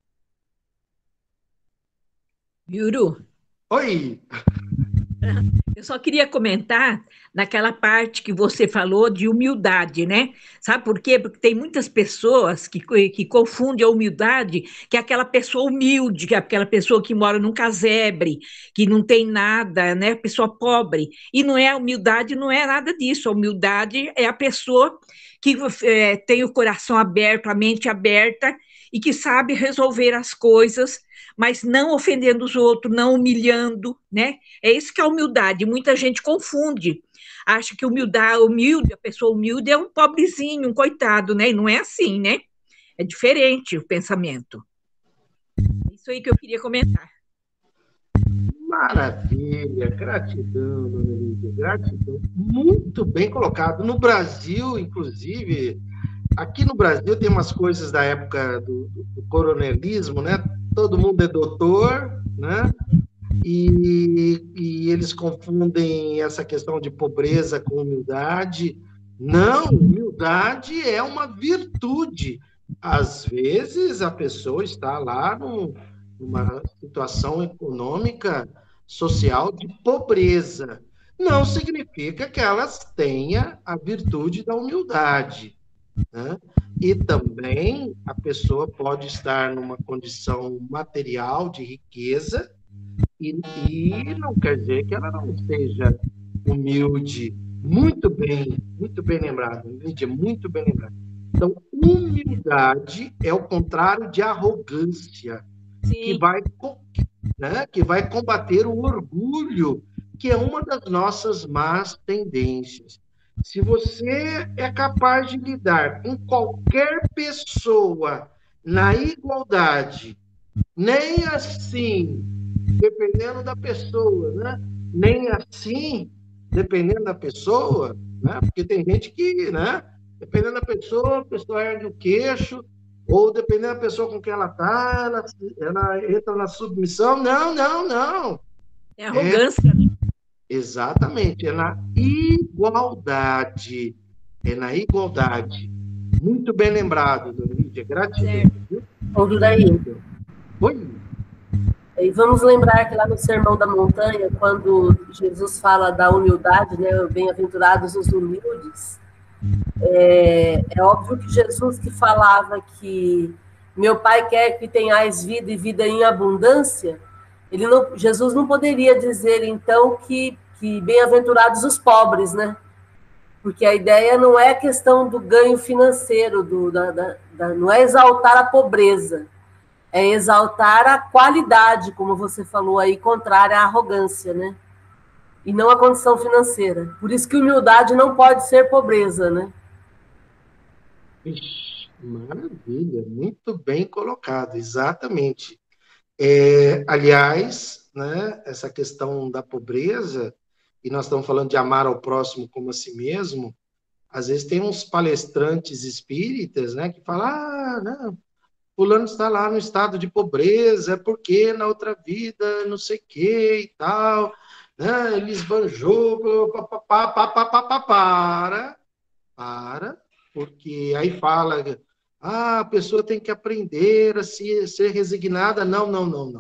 Yuru, Oi! Eu só queria comentar naquela parte que você falou de humildade, né? Sabe por quê? Porque tem muitas pessoas que confundem a humildade, que é aquela pessoa humilde, que é aquela pessoa que mora num casebre, que não tem nada, né? Pessoa pobre. E não é a humildade, não é nada disso. A humildade é a pessoa que tem o coração aberto, a mente aberta e que sabe resolver as coisas, mas não ofendendo os outros, não humilhando, né? É isso que é humildade. Muita gente confunde. Acha que humilde, a pessoa humilde é um pobrezinho, um coitado, né? E não é assim, né? É diferente o pensamento. É isso aí que eu queria comentar. Maravilha, gratidão, dona Lídia, gratidão. Muito bem colocado. No Brasil, inclusive, aqui no Brasil tem umas coisas da época do coronelismo, né? Todo mundo é doutor, né? E eles confundem essa questão de pobreza com humildade. Não, humildade é uma virtude. Às vezes a pessoa está lá numa situação econômica, social de pobreza. Não significa que elas tenham a virtude da humildade, né? E também a pessoa pode estar numa condição material de riqueza e não quer dizer que ela não seja humilde. Muito bem lembrado, Lídia, muito bem lembrado. Então, humildade é o contrário de arrogância, que vai combater o orgulho, que é uma das nossas más tendências. Se você é capaz de lidar com qualquer pessoa na igualdade, nem assim, dependendo da pessoa, né? Nem assim, dependendo da pessoa, né? Porque tem gente que, né? Dependendo da pessoa, a pessoa ergue o queixo, ou dependendo da pessoa com quem ela está, ela entra na submissão. Não. É arrogância, né? Exatamente, é na igualdade. É na igualdade. Muito bem lembrado, dona Lídia. Gratidão. Ouviu daí? Oi. E vamos lembrar que lá no Sermão da Montanha, quando Jesus fala da humildade, né? Bem-aventurados os humildes, é óbvio que Jesus que falava que meu Pai quer que tenhais vida e vida em abundância, Jesus não poderia dizer, então, que bem-aventurados os pobres, né? Porque a ideia não é a questão do ganho financeiro, não é exaltar a pobreza, é exaltar a qualidade, como você falou aí, contrária à arrogância, né? E não a condição financeira. Por isso que humildade não pode ser pobreza, né? Maravilha, muito bem colocado, exatamente. Aliás, né, essa questão da pobreza, e nós estamos falando de amar ao próximo como a si mesmo, às vezes tem uns palestrantes espíritas, né, que falam, não, fulano está lá no estado de pobreza, porque na outra vida, não sei o que e tal, né, ele esbanjou, para, porque aí fala, a pessoa tem que aprender a ser resignada. Não.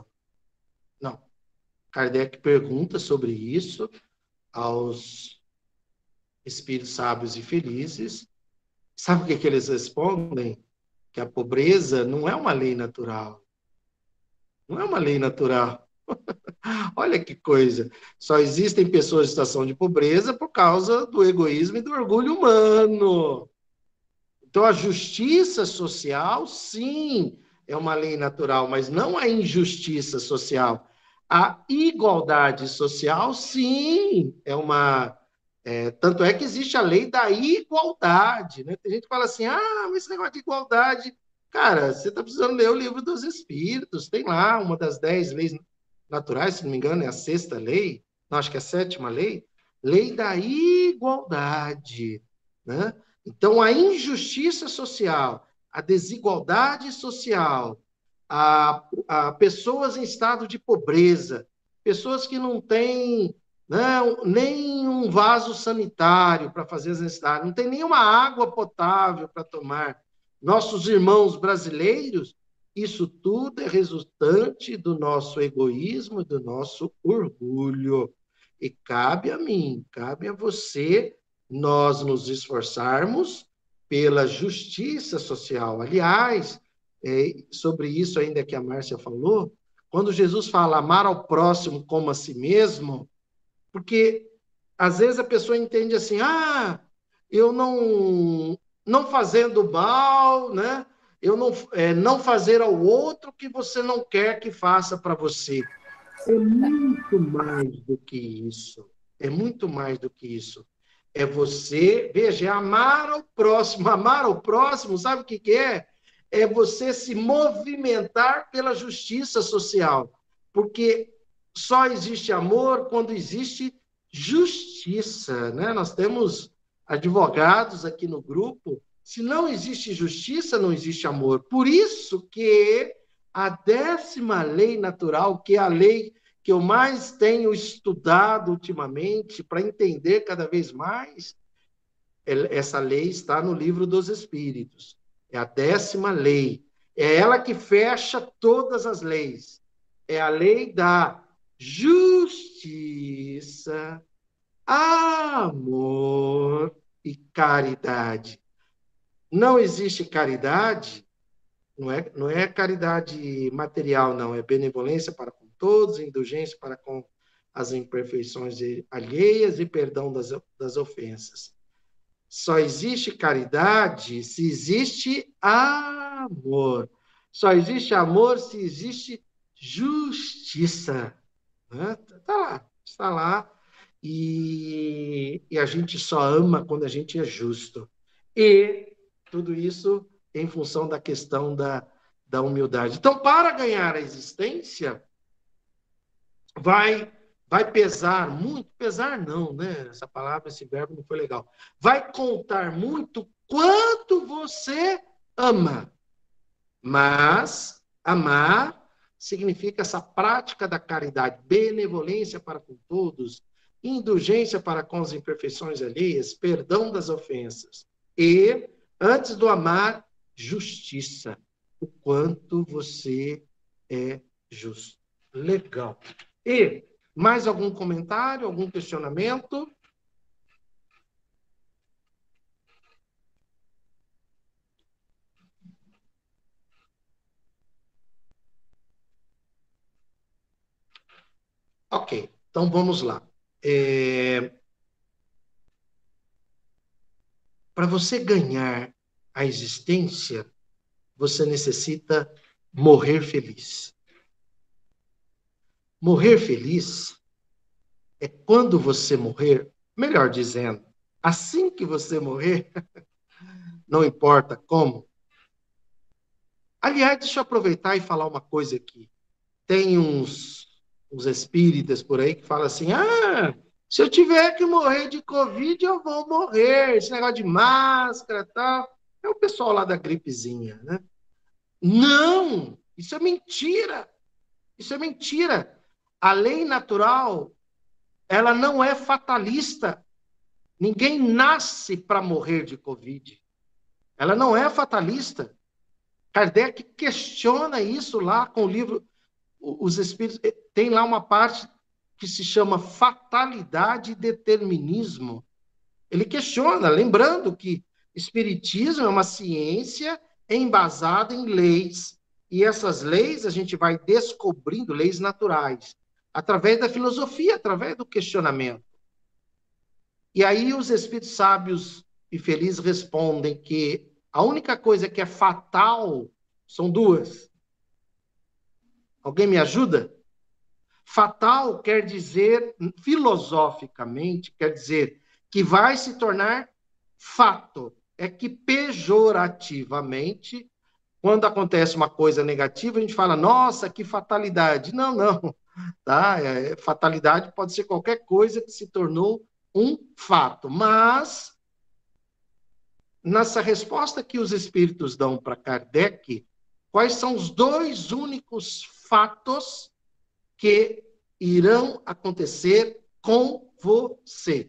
Kardec pergunta sobre isso aos espíritos sábios e felizes. Sabe o que eles respondem? Que a pobreza não é uma lei natural. Não é uma lei natural. Olha que coisa. Só existem pessoas em situação de pobreza por causa do egoísmo e do orgulho humano. Então, a justiça social, sim, é uma lei natural, mas não a injustiça social. A igualdade social, sim, é uma... tanto é que existe a lei da igualdade, né? Tem gente que fala assim, mas esse negócio de igualdade... Cara, você está precisando ler o livro dos Espíritos, tem lá uma das 10 leis naturais, se não me engano, é a 6ª lei, não, acho que é a 7ª lei, lei da igualdade, né? Então, a injustiça social, a desigualdade social, a pessoas em estado de pobreza, pessoas que não têm, né, nem um vaso sanitário para fazer as necessidades, não tem nenhuma água potável para tomar. Nossos irmãos brasileiros, isso tudo é resultante do nosso egoísmo, do nosso orgulho. E cabe a mim, cabe a você, nós nos esforçarmos pela justiça social. Aliás, sobre isso ainda que a Márcia falou, quando Jesus fala amar ao próximo como a si mesmo, porque às vezes a pessoa entende assim, eu não fazendo mal, né? Eu não fazer ao outro o que você não quer que faça para você. É muito mais do que isso. É muito mais do que isso. É você, veja, é amar ao próximo. Amar ao próximo, sabe o que é? É você se movimentar pela justiça social. Porque só existe amor quando existe justiça, né? Nós temos advogados aqui no grupo. Se não existe justiça, não existe amor. Por isso que a 10ª lei natural, que é a lei que eu mais tenho estudado ultimamente para entender cada vez mais, essa lei está no Livro dos Espíritos. É a 10ª lei. É ela que fecha todas as leis. É a lei da justiça, amor e caridade. Não existe caridade, não é caridade material, não, é benevolência para com todos, indulgência para com as imperfeições alheias e perdão das ofensas. Só existe caridade se existe amor. Só existe amor se existe justiça. Né? Está lá. E a gente só ama quando a gente é justo. E tudo isso em função da questão da humildade. Então, para ganhar a existência, vai pesar muito, pesar não, né? Essa palavra, esse verbo não foi legal. Vai contar muito quanto você ama. Mas amar significa essa prática da caridade, benevolência para com todos, indulgência para com as imperfeições alheias, perdão das ofensas. E, antes do amar, justiça. O quanto você é justo. Legal. E mais algum comentário, algum questionamento? Ok, então vamos lá. Para você ganhar a existência, você necessita morrer feliz. Morrer feliz é quando você morrer, melhor dizendo, assim que você morrer, não importa como. Aliás, deixa eu aproveitar e falar uma coisa aqui. Tem uns espíritas por aí que falam assim, se eu tiver que morrer de Covid, eu vou morrer. Esse negócio de máscara e tal. É o pessoal lá da gripezinha, né? Não! Isso é mentira! Isso é mentira! A lei natural, ela não é fatalista. Ninguém nasce para morrer de Covid. Ela não é fatalista. Kardec questiona isso lá com o livro Os Espíritos. Tem lá uma parte que se chama fatalidade e determinismo. Ele questiona, lembrando que espiritismo é uma ciência embasada em leis, e essas leis a gente vai descobrindo, leis naturais, através da filosofia, através do questionamento. E aí os espíritos sábios e felizes respondem que a única coisa que é fatal são duas. Alguém me ajuda? Fatal quer dizer, filosoficamente, quer dizer que vai se tornar fato. É que pejorativamente, quando acontece uma coisa negativa, a gente fala, nossa, que fatalidade. Não, não. Tá? Fatalidade pode ser qualquer coisa que se tornou um fato. Mas, nessa resposta que os espíritos dão para Kardec, quais são os dois únicos fatos que irão acontecer com você?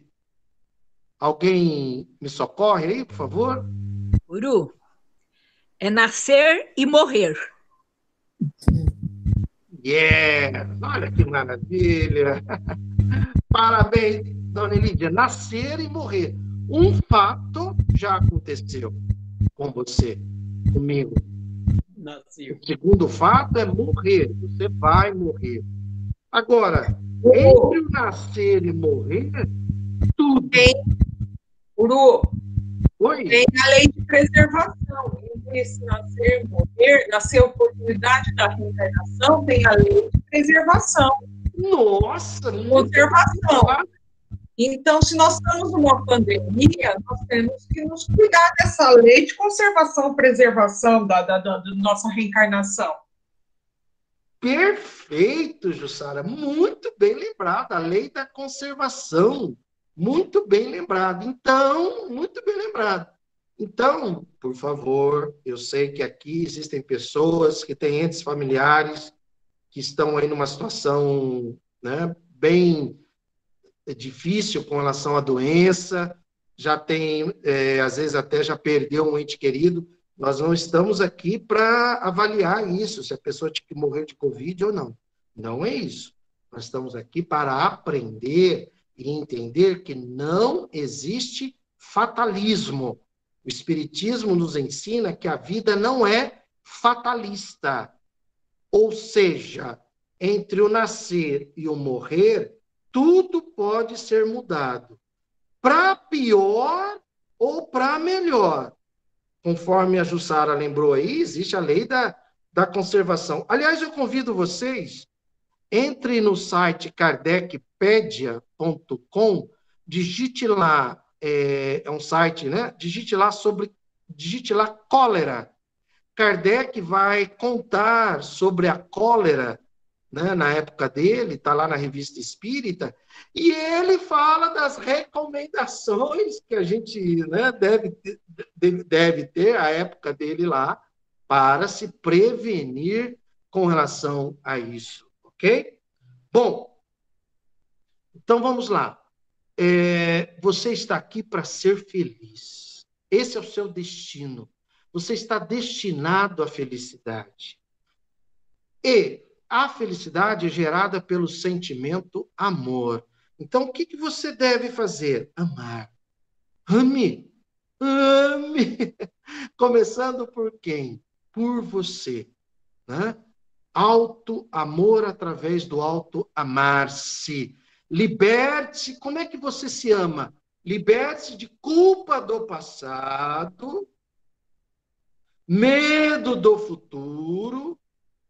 Alguém me socorre aí, por favor? Guru, é nascer e morrer. Yeah! Olha que maravilha! Parabéns, dona Lídia. Nascer e morrer. Um fato já aconteceu com você, comigo. Nasceu. O segundo fato é morrer. Você vai morrer. Agora, entre o nascer e morrer, tudo. Uru, Oi? tem a lei de preservação. Entre esse nascer e morrer, nascer a oportunidade da reencarnação, tem a lei de preservação. Nossa! Conservação. Então, se nós estamos numa pandemia, nós temos que nos cuidar dessa lei de conservação, preservação da nossa reencarnação. Perfeito, Jussara. Muito bem lembrado. A lei da conservação. Muito bem lembrado. Então, muito bem lembrado. Então, por favor, eu sei que aqui existem pessoas que têm entes familiares que estão aí numa situação, né, bem difícil com relação à doença, já tem, às vezes até já perdeu um ente querido. Nós não estamos aqui para avaliar isso, se a pessoa tinha que morrer de Covid ou não. Não é isso. Nós estamos aqui para aprender e entender que não existe fatalismo. O Espiritismo nos ensina que a vida não é fatalista. Ou seja, entre o nascer e o morrer, tudo pode ser mudado. Para pior ou para melhor. Conforme a Jussara lembrou aí, existe a lei da conservação. Aliás, eu convido vocês, entre no site kardecpedia.com, digite lá, é um site, né? Digite lá cólera. Kardec vai contar sobre a cólera, né, na época dele, está lá na Revista Espírita, e ele fala das recomendações que a gente, né, deve ter à época dele lá, para se prevenir com relação a isso, ok? Bom, então vamos lá. Você está aqui para ser feliz. Esse é o seu destino. Você está destinado à felicidade. E a felicidade é gerada pelo sentimento amor. Então, o que você deve fazer? Amar. Ame. Ame. Começando por quem? Por você. Né? Auto-amor através do auto-amar-se. Liberte-se. Como é que você se ama? Liberte-se de culpa do passado, medo do futuro,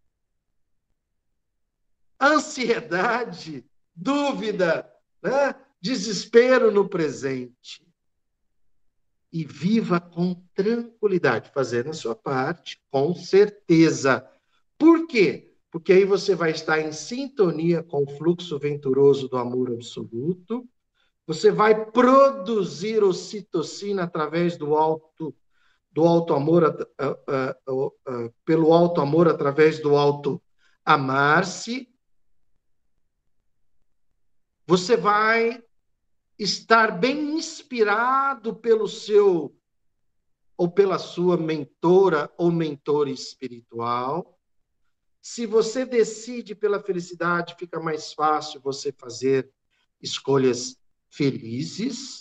ansiedade, dúvida, né? Desespero no presente. E viva com tranquilidade, fazendo a sua parte, com certeza. Por quê? Porque aí você vai estar em sintonia com o fluxo venturoso do amor absoluto, você vai produzir ocitocina através do auto-amor, pelo auto-amor, através do auto-amar-se. Você vai estar bem inspirado pelo seu ou pela sua mentora ou mentor espiritual. Se você decide pela felicidade, fica mais fácil você fazer escolhas felizes.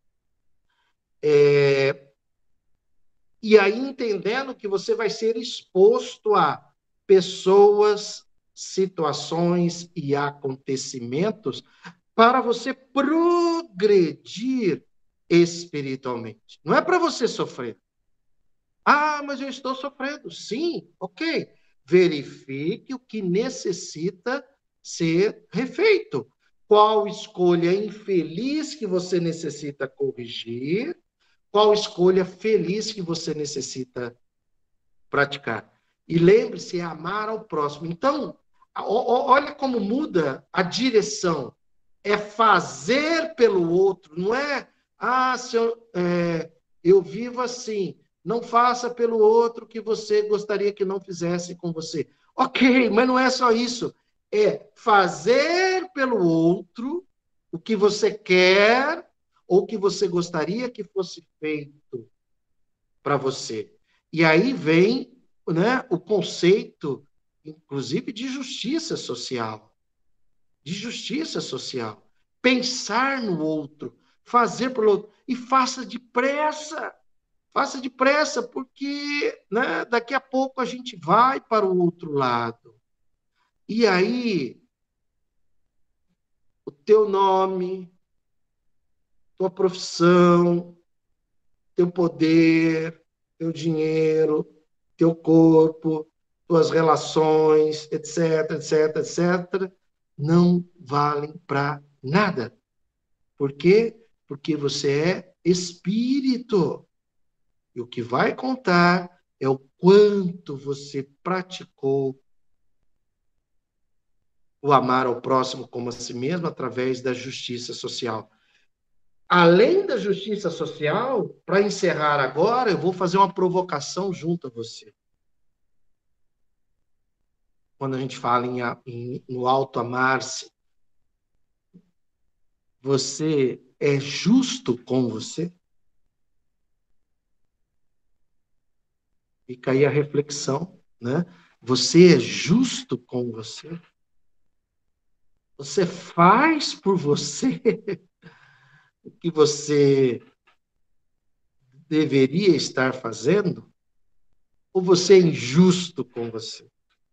E aí, entendendo que você vai ser exposto a pessoas, situações e acontecimentos para você progredir espiritualmente. Não é para você sofrer. Ah, mas eu estou sofrendo. Sim, ok. Verifique o que necessita ser refeito. Qual escolha infeliz que você necessita corrigir? Qual escolha feliz que você necessita praticar? E lembre-se, é amar ao próximo. Então, olha como muda a direção. É fazer pelo outro, não é, se eu vivo assim, não faça pelo outro o que você gostaria que não fizesse com você. Ok, mas não é só isso. É fazer pelo outro o que você quer ou que você gostaria que fosse feito para você. E aí vem, né, o conceito inclusive de justiça social. De justiça social. Pensar no outro, fazer pelo outro. E faça depressa. Faça depressa, porque, né, daqui a pouco a gente vai para o outro lado. E aí, o teu nome, tua profissão, teu poder, teu dinheiro, teu corpo, tuas relações, etc, etc, etc, não valem para nada. Por quê? Porque você é espírito. E o que vai contar é o quanto você praticou o amar ao próximo como a si mesmo através da justiça social. Além da justiça social, para encerrar agora, eu vou fazer uma provocação junto a você. Quando a gente fala no alto amar-se, você é justo com você? Fica aí a reflexão, né? Você é justo com você? Você faz por você o que você deveria estar fazendo? Ou você é injusto com você?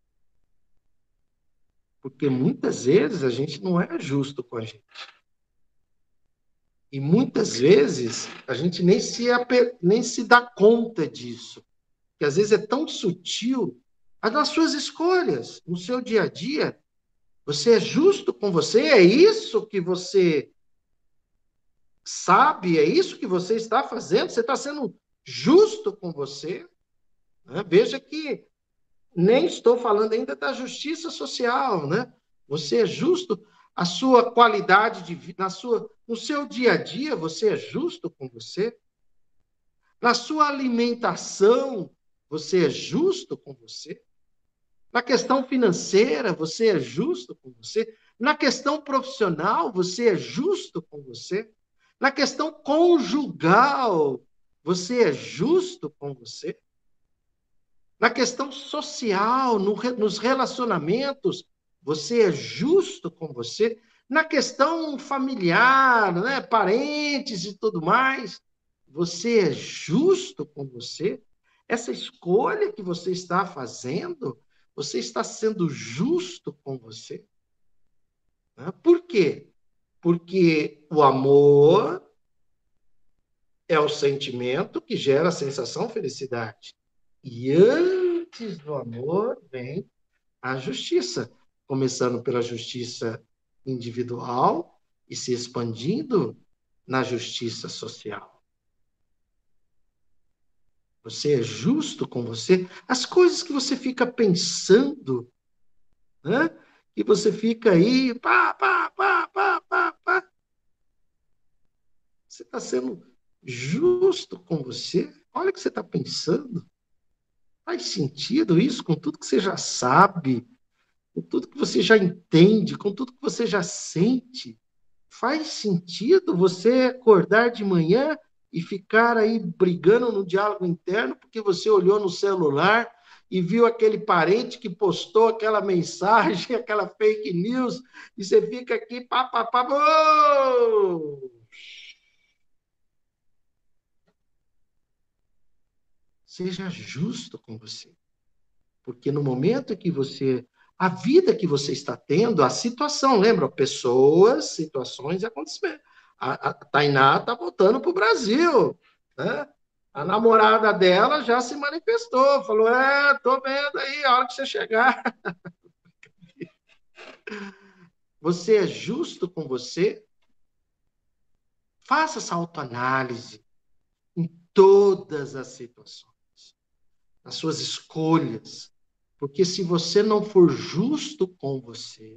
Porque muitas vezes a gente não é justo com a gente. E muitas vezes a gente nem se dá conta disso. Porque às vezes é tão sutil. Nas suas escolhas, no seu dia a dia, você é justo com você? É isso que você sabe? É isso que você está fazendo? Você está sendo justo com você? Né? Veja que nem estou falando ainda da justiça social, né? Você é justo, a sua qualidade de vida, no seu dia a dia, você é justo com você? Na sua alimentação, você é justo com você? Na questão financeira, você é justo com você? Na questão profissional, você é justo com você? Na questão conjugal, você é justo com você? Na questão social, nos relacionamentos, você é justo com você? Na questão familiar, né, parentes e tudo mais, você é justo com você? Essa escolha que você está fazendo, você está sendo justo com você? Né? Por quê? Porque o amor é o sentimento que gera a sensação felicidade. E antes do amor vem a justiça, começando pela justiça individual e se expandindo na justiça social. Você é justo com você? As coisas que você fica pensando, né? Que você fica aí, pá. Você está sendo justo com você? Olha o que você está pensando. Faz sentido isso com tudo que você já sabe, com tudo que você já entende, com tudo que você já sente? Faz sentido você acordar de manhã e ficar aí brigando no diálogo interno porque você olhou no celular e viu aquele parente que postou aquela mensagem, aquela fake news, e você fica aqui, Seja justo com você. Porque no momento que a vida que você está tendo, a situação, lembra? Pessoas, situações e acontecimentos. A Tainá está voltando para o Brasil, né? A namorada dela já se manifestou, falou, estou vendo aí, a hora que você chegar. Você é justo com você? Faça essa autoanálise em todas as situações, nas suas escolhas, porque se você não for justo com você,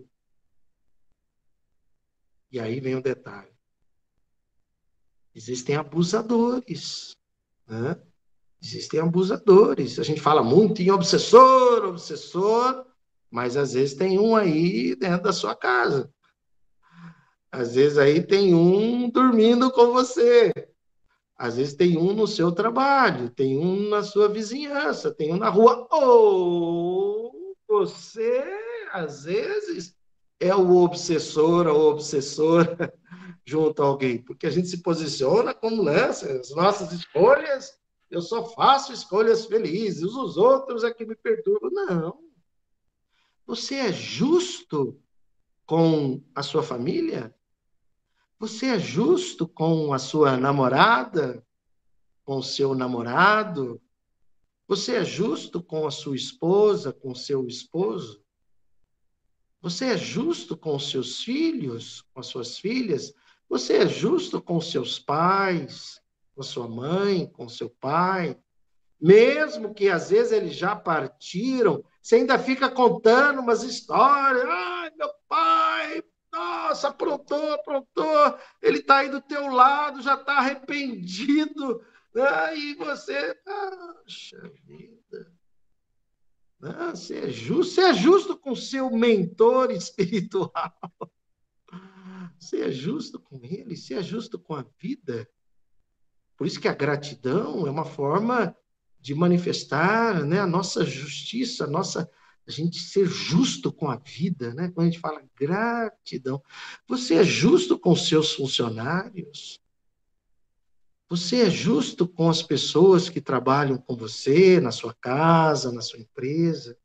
e aí vem o detalhe, existem abusadores, né? Existem abusadores. A gente fala muito em obsessor, mas às vezes tem um aí dentro da sua casa. Às vezes aí tem um dormindo com você. Às vezes tem um no seu trabalho, tem um na sua vizinhança, tem um na rua, ou você, às vezes, é o obsessor ou obsessora junto a alguém, porque a gente se posiciona como, né, as nossas escolhas, eu só faço escolhas felizes, os outros é que me perturbam. Não. Você é justo com a sua família? Você é justo com a sua namorada? Com o seu namorado? Você é justo com a sua esposa, com o seu esposo? Você é justo com os seus filhos, com as suas filhas? Você é justo com os seus pais, com a sua mãe, com o seu pai? Mesmo que às vezes eles já partiram, você ainda fica contando umas histórias. Ai, meu pai, nossa, aprontou, ele está aí do teu lado, já está arrependido. E você, poxa vida. Você é justo com o seu mentor espiritual. Você é justo com ele, você é justo com a vida. Por isso que a gratidão é uma forma de manifestar, né, a nossa justiça, a gente ser justo com a vida, né? Quando a gente fala gratidão. Você é justo com os seus funcionários? Você é justo com as pessoas que trabalham com você, na sua casa, na sua empresa?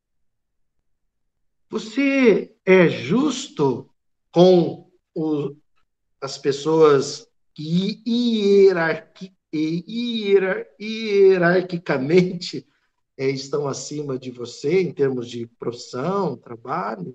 Você é justo com as pessoas que hierarquicamente estão acima de você, em termos de profissão, trabalho?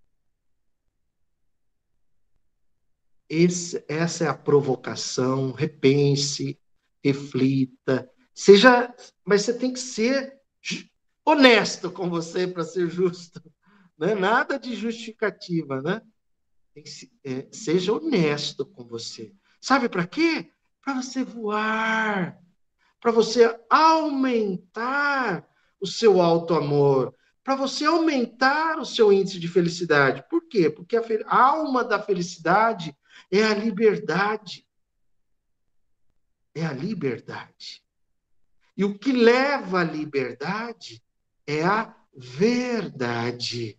Essa é a provocação. Repense, reflita, mas você tem que ser honesto com você para ser justo, não é nada de justificativa, né? Seja honesto com você. Sabe para quê? Para você voar, para você aumentar o seu auto-amor, para você aumentar o seu índice de felicidade. Por quê? Porque a alma da felicidade é a liberdade. É a liberdade. E o que leva à liberdade é a verdade.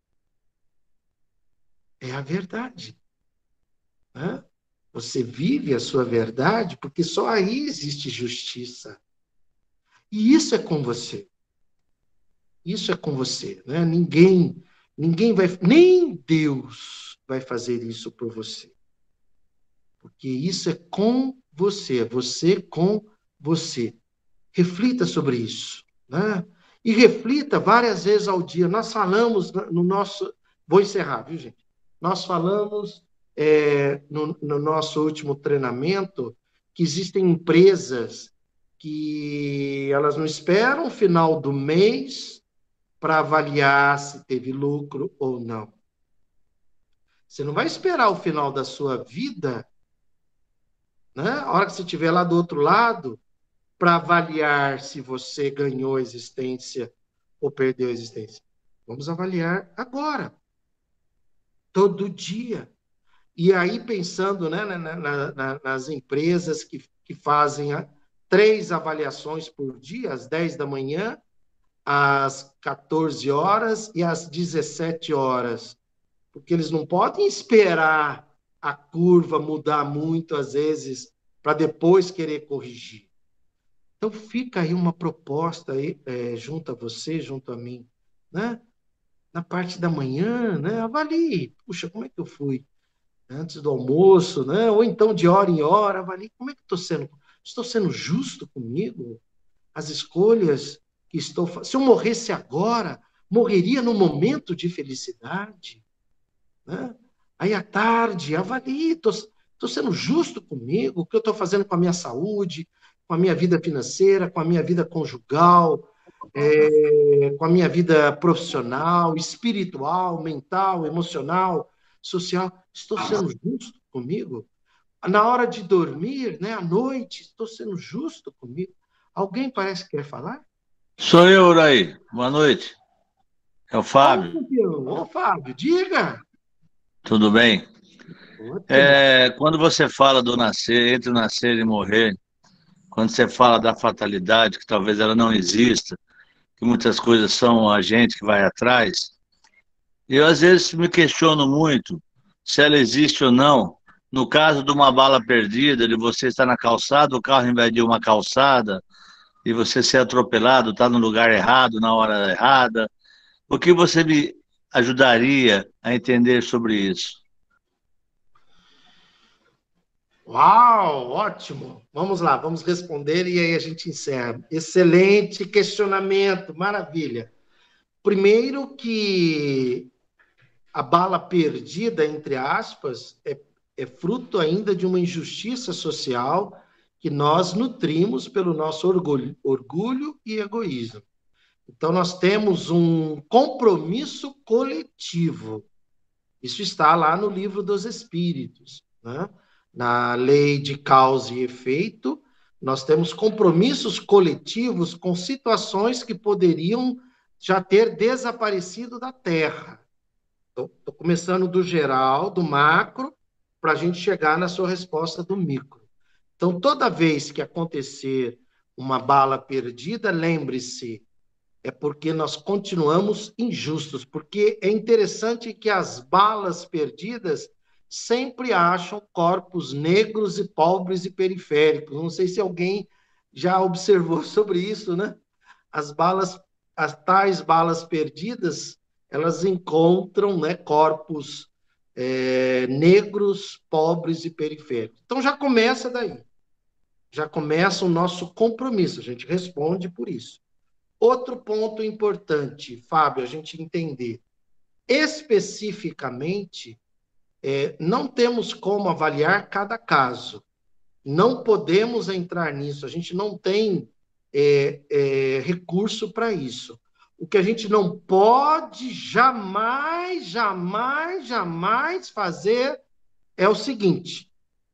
É a verdade. Né? Você vive a sua verdade porque só aí existe justiça. E isso é com você. Isso é com você. Né? Ninguém vai, nem Deus vai fazer isso por você. Porque isso é com você, é você com você. Reflita sobre isso, né? E reflita várias vezes ao dia. Nós falamos no nosso... Vou encerrar, viu, gente? Nós falamos no nosso último treinamento que existem empresas que elas não esperam o final do mês para avaliar se teve lucro ou não. Você não vai esperar o final da sua vida, né? A hora que você estiver lá do outro lado, para avaliar se você ganhou existência ou perdeu a existência. Vamos avaliar agora, todo dia. E aí, pensando, né, nas empresas que fazem 3 avaliações por dia, às 10 da manhã, às 14 horas e às 17 horas. Porque eles não podem esperar a curva mudar muito, às vezes, para depois querer corrigir. Então, fica aí uma proposta aí, junto a você, junto a mim, né? Na parte da manhã, né? Avalie, puxa, como é que eu fui antes do almoço, né? Ou então de hora em hora, avalie como é que estou sendo justo comigo? As escolhas que estou fazendo. Se eu morresse agora, morreria no momento de felicidade, né? Aí à tarde, avalie, estou sendo justo comigo, o que eu estou fazendo com a minha saúde, com a minha vida financeira, com a minha vida conjugal, com a minha vida profissional, espiritual, mental, emocional, social. Estou sendo justo comigo? Na hora de dormir, né, à noite, estou sendo justo comigo? Alguém parece que quer falar? Sou eu, Uraí. Boa noite. É o Fábio. Ô, Fábio, diga. Tudo bem? Quando você fala do nascer, entre o nascer e morrer, quando você fala da fatalidade, que talvez ela não exista, que muitas coisas são a gente que vai atrás. Eu, às vezes, me questiono muito se ela existe ou não. No caso de uma bala perdida, de você estar na calçada, o carro invadiu uma calçada e você ser atropelado, estar no lugar errado, na hora errada. O que você me ajudaria a entender sobre isso? Uau, ótimo. Vamos lá, vamos responder e aí a gente encerra. Excelente questionamento, maravilha. Primeiro que a bala perdida, entre aspas, é fruto ainda de uma injustiça social que nós nutrimos pelo nosso orgulho e egoísmo. Então, nós temos um compromisso coletivo. Isso está lá no Livro dos Espíritos, né? Na lei de causa e efeito, nós temos compromissos coletivos com situações que poderiam já ter desaparecido da Terra. Estou começando do geral, do macro, para a gente chegar na sua resposta do micro. Então, toda vez que acontecer uma bala perdida, lembre-se, é porque nós continuamos injustos, porque é interessante que as balas perdidas sempre acham corpos negros e pobres e periféricos. Não sei se alguém já observou sobre isso, né? As tais balas perdidas, elas encontram, né, corpos negros, pobres e periféricos. Então já começa daí. Já começa o nosso compromisso, a gente responde por isso. Outro ponto importante, Fábio, a gente entender. Especificamente, não temos como avaliar cada caso. Não podemos entrar nisso, a gente não tem recurso para isso. O que a gente não pode jamais fazer é o seguinte.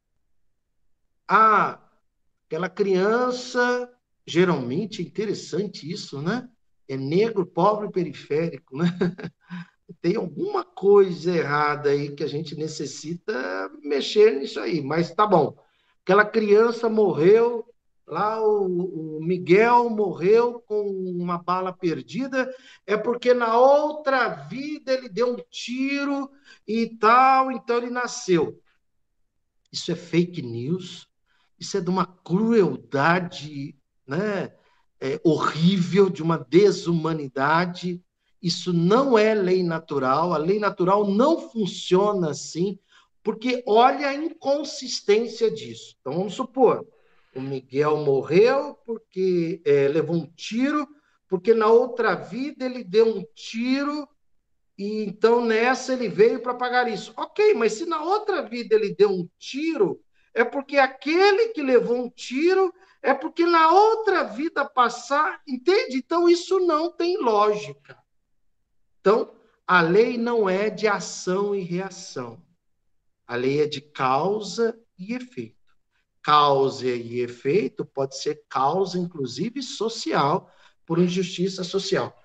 Aquela criança, geralmente, é interessante isso, né? É negro, pobre, periférico, né? Tem alguma coisa errada aí que a gente necessita mexer nisso aí, mas tá bom. Aquela criança morreu, lá o Miguel morreu com uma bala perdida, é porque na outra vida ele deu um tiro e tal, então ele nasceu. Isso é fake news, isso é de uma crueldade, né, horrível, de uma desumanidade. Isso não é lei natural, a lei natural não funciona assim, porque olha a inconsistência disso. Então, vamos supor, o Miguel morreu porque levou um tiro, porque na outra vida ele deu um tiro, e então nessa ele veio para pagar isso. Ok, mas se na outra vida ele deu um tiro, é porque aquele que levou um tiro, é porque na outra vida passar, entende? Então isso não tem lógica. Então, a lei não é de ação e reação. A lei é de causa e efeito. Causa e efeito pode ser causa, inclusive, social, por injustiça social.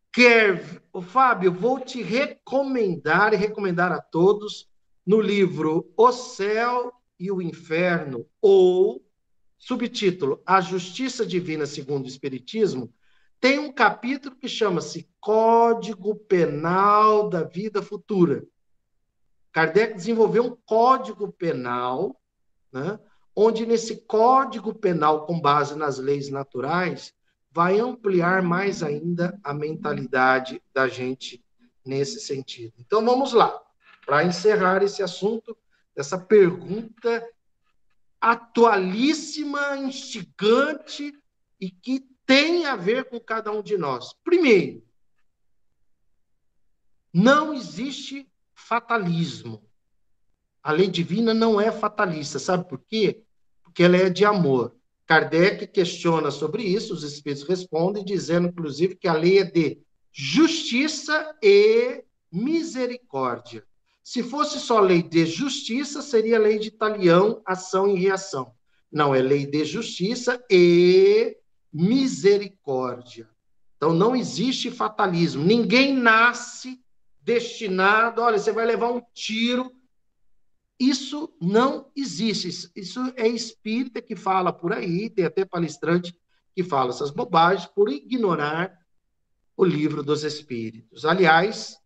Fábio, vou te recomendar e recomendar a todos no livro O Céu e o Inferno, ou, subtítulo, A Justiça Divina segundo o Espiritismo, tem um capítulo que chama-se Código Penal da Vida Futura. Kardec desenvolveu um código penal, né, onde nesse código penal, com base nas leis naturais, vai ampliar mais ainda a mentalidade da gente nesse sentido. Então, vamos lá, para encerrar esse assunto, essa pergunta atualíssima, instigante e que tem a ver com cada um de nós. Primeiro, não existe fatalismo. A lei divina não é fatalista. Sabe por quê? Porque ela é de amor. Kardec questiona sobre isso, os espíritos respondem, dizendo, inclusive, que a lei é de justiça e misericórdia. Se fosse só lei de justiça, seria lei de talião, ação e reação. Não, é lei de justiça e misericórdia. Então, não existe fatalismo. Ninguém nasce destinado, olha, você vai levar um tiro. Isso não existe. Isso é espírita que fala por aí, tem até palestrante que fala essas bobagens por ignorar o Livro dos Espíritos. Aliás,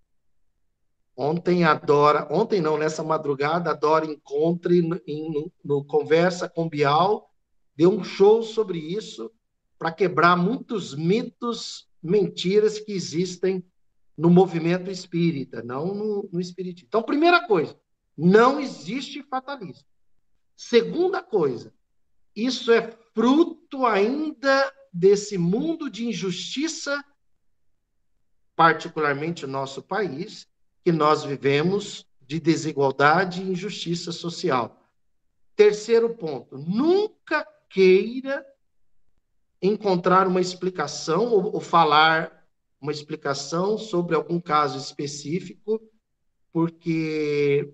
nessa madrugada, a Dora Encontre no Conversa com Bial, deu um show sobre isso, para quebrar muitos mitos, mentiras que existem no movimento espírita, não no espiritismo. Então, primeira coisa, não existe fatalismo. Segunda coisa, isso é fruto ainda desse mundo de injustiça, particularmente o nosso país, que nós vivemos de desigualdade e injustiça social. Terceiro ponto, nunca queira encontrar uma explicação ou falar uma explicação sobre algum caso específico, porque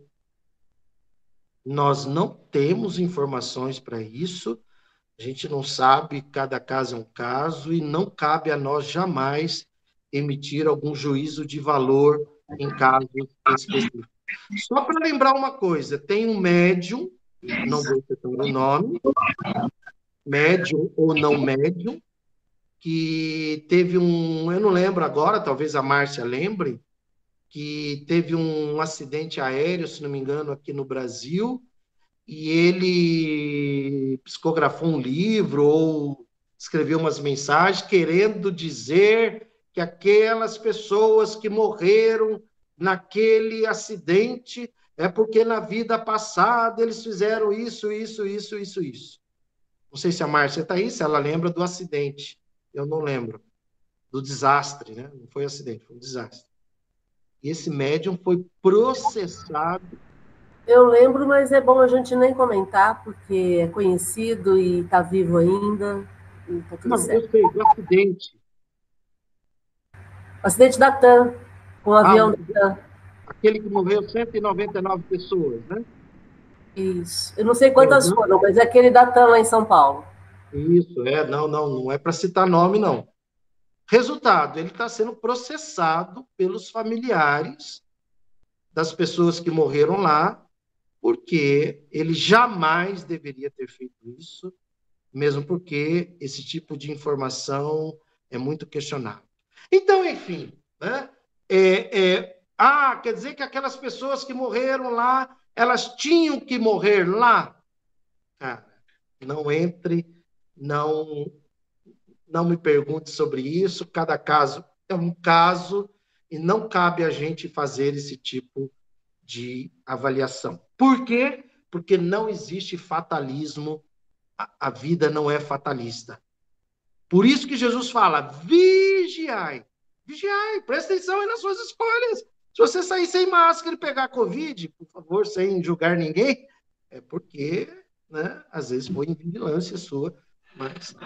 nós não temos informações para isso, a gente não sabe, cada caso é um caso, e não cabe a nós jamais emitir algum juízo de valor em casos específicos. Só para lembrar uma coisa, tem um médium, não vou citar o nome, médium ou não médium, que teve eu não lembro agora, talvez a Márcia lembre, que teve um acidente aéreo, se não me engano, aqui no Brasil, e ele psicografou um livro ou escreveu umas mensagens querendo dizer que aquelas pessoas que morreram naquele acidente é porque na vida passada eles fizeram isso. Não sei se a Márcia está aí, se ela lembra do acidente. Eu não lembro. Do desastre, né? Não foi acidente, foi um desastre. E esse médium foi processado. Eu lembro, mas é bom a gente nem comentar, porque é conhecido e está vivo ainda. E tá tudo certo. Eu sei, do acidente. O acidente da TAM, com o avião da TAM. Aquele que morreu 199 pessoas, né? Isso. Eu não sei quantas foram, mas é aquele da TAM lá em São Paulo. Isso, não é para citar nome, não. Resultado, ele está sendo processado pelos familiares das pessoas que morreram lá, porque ele jamais deveria ter feito isso, mesmo porque esse tipo de informação é muito questionável. Então, enfim, né? Quer dizer que aquelas pessoas que morreram lá, elas tinham que morrer lá? Não entre, não me pergunte sobre isso, cada caso é um caso e não cabe a gente fazer esse tipo de avaliação. Por quê? Porque não existe fatalismo, a vida não é fatalista. Por isso que Jesus fala, vigiai, presta atenção aí nas suas escolhas. Se você sair sem máscara e pegar Covid, por favor, sem julgar ninguém, é porque, né, às vezes foi em vigilância sua, mas...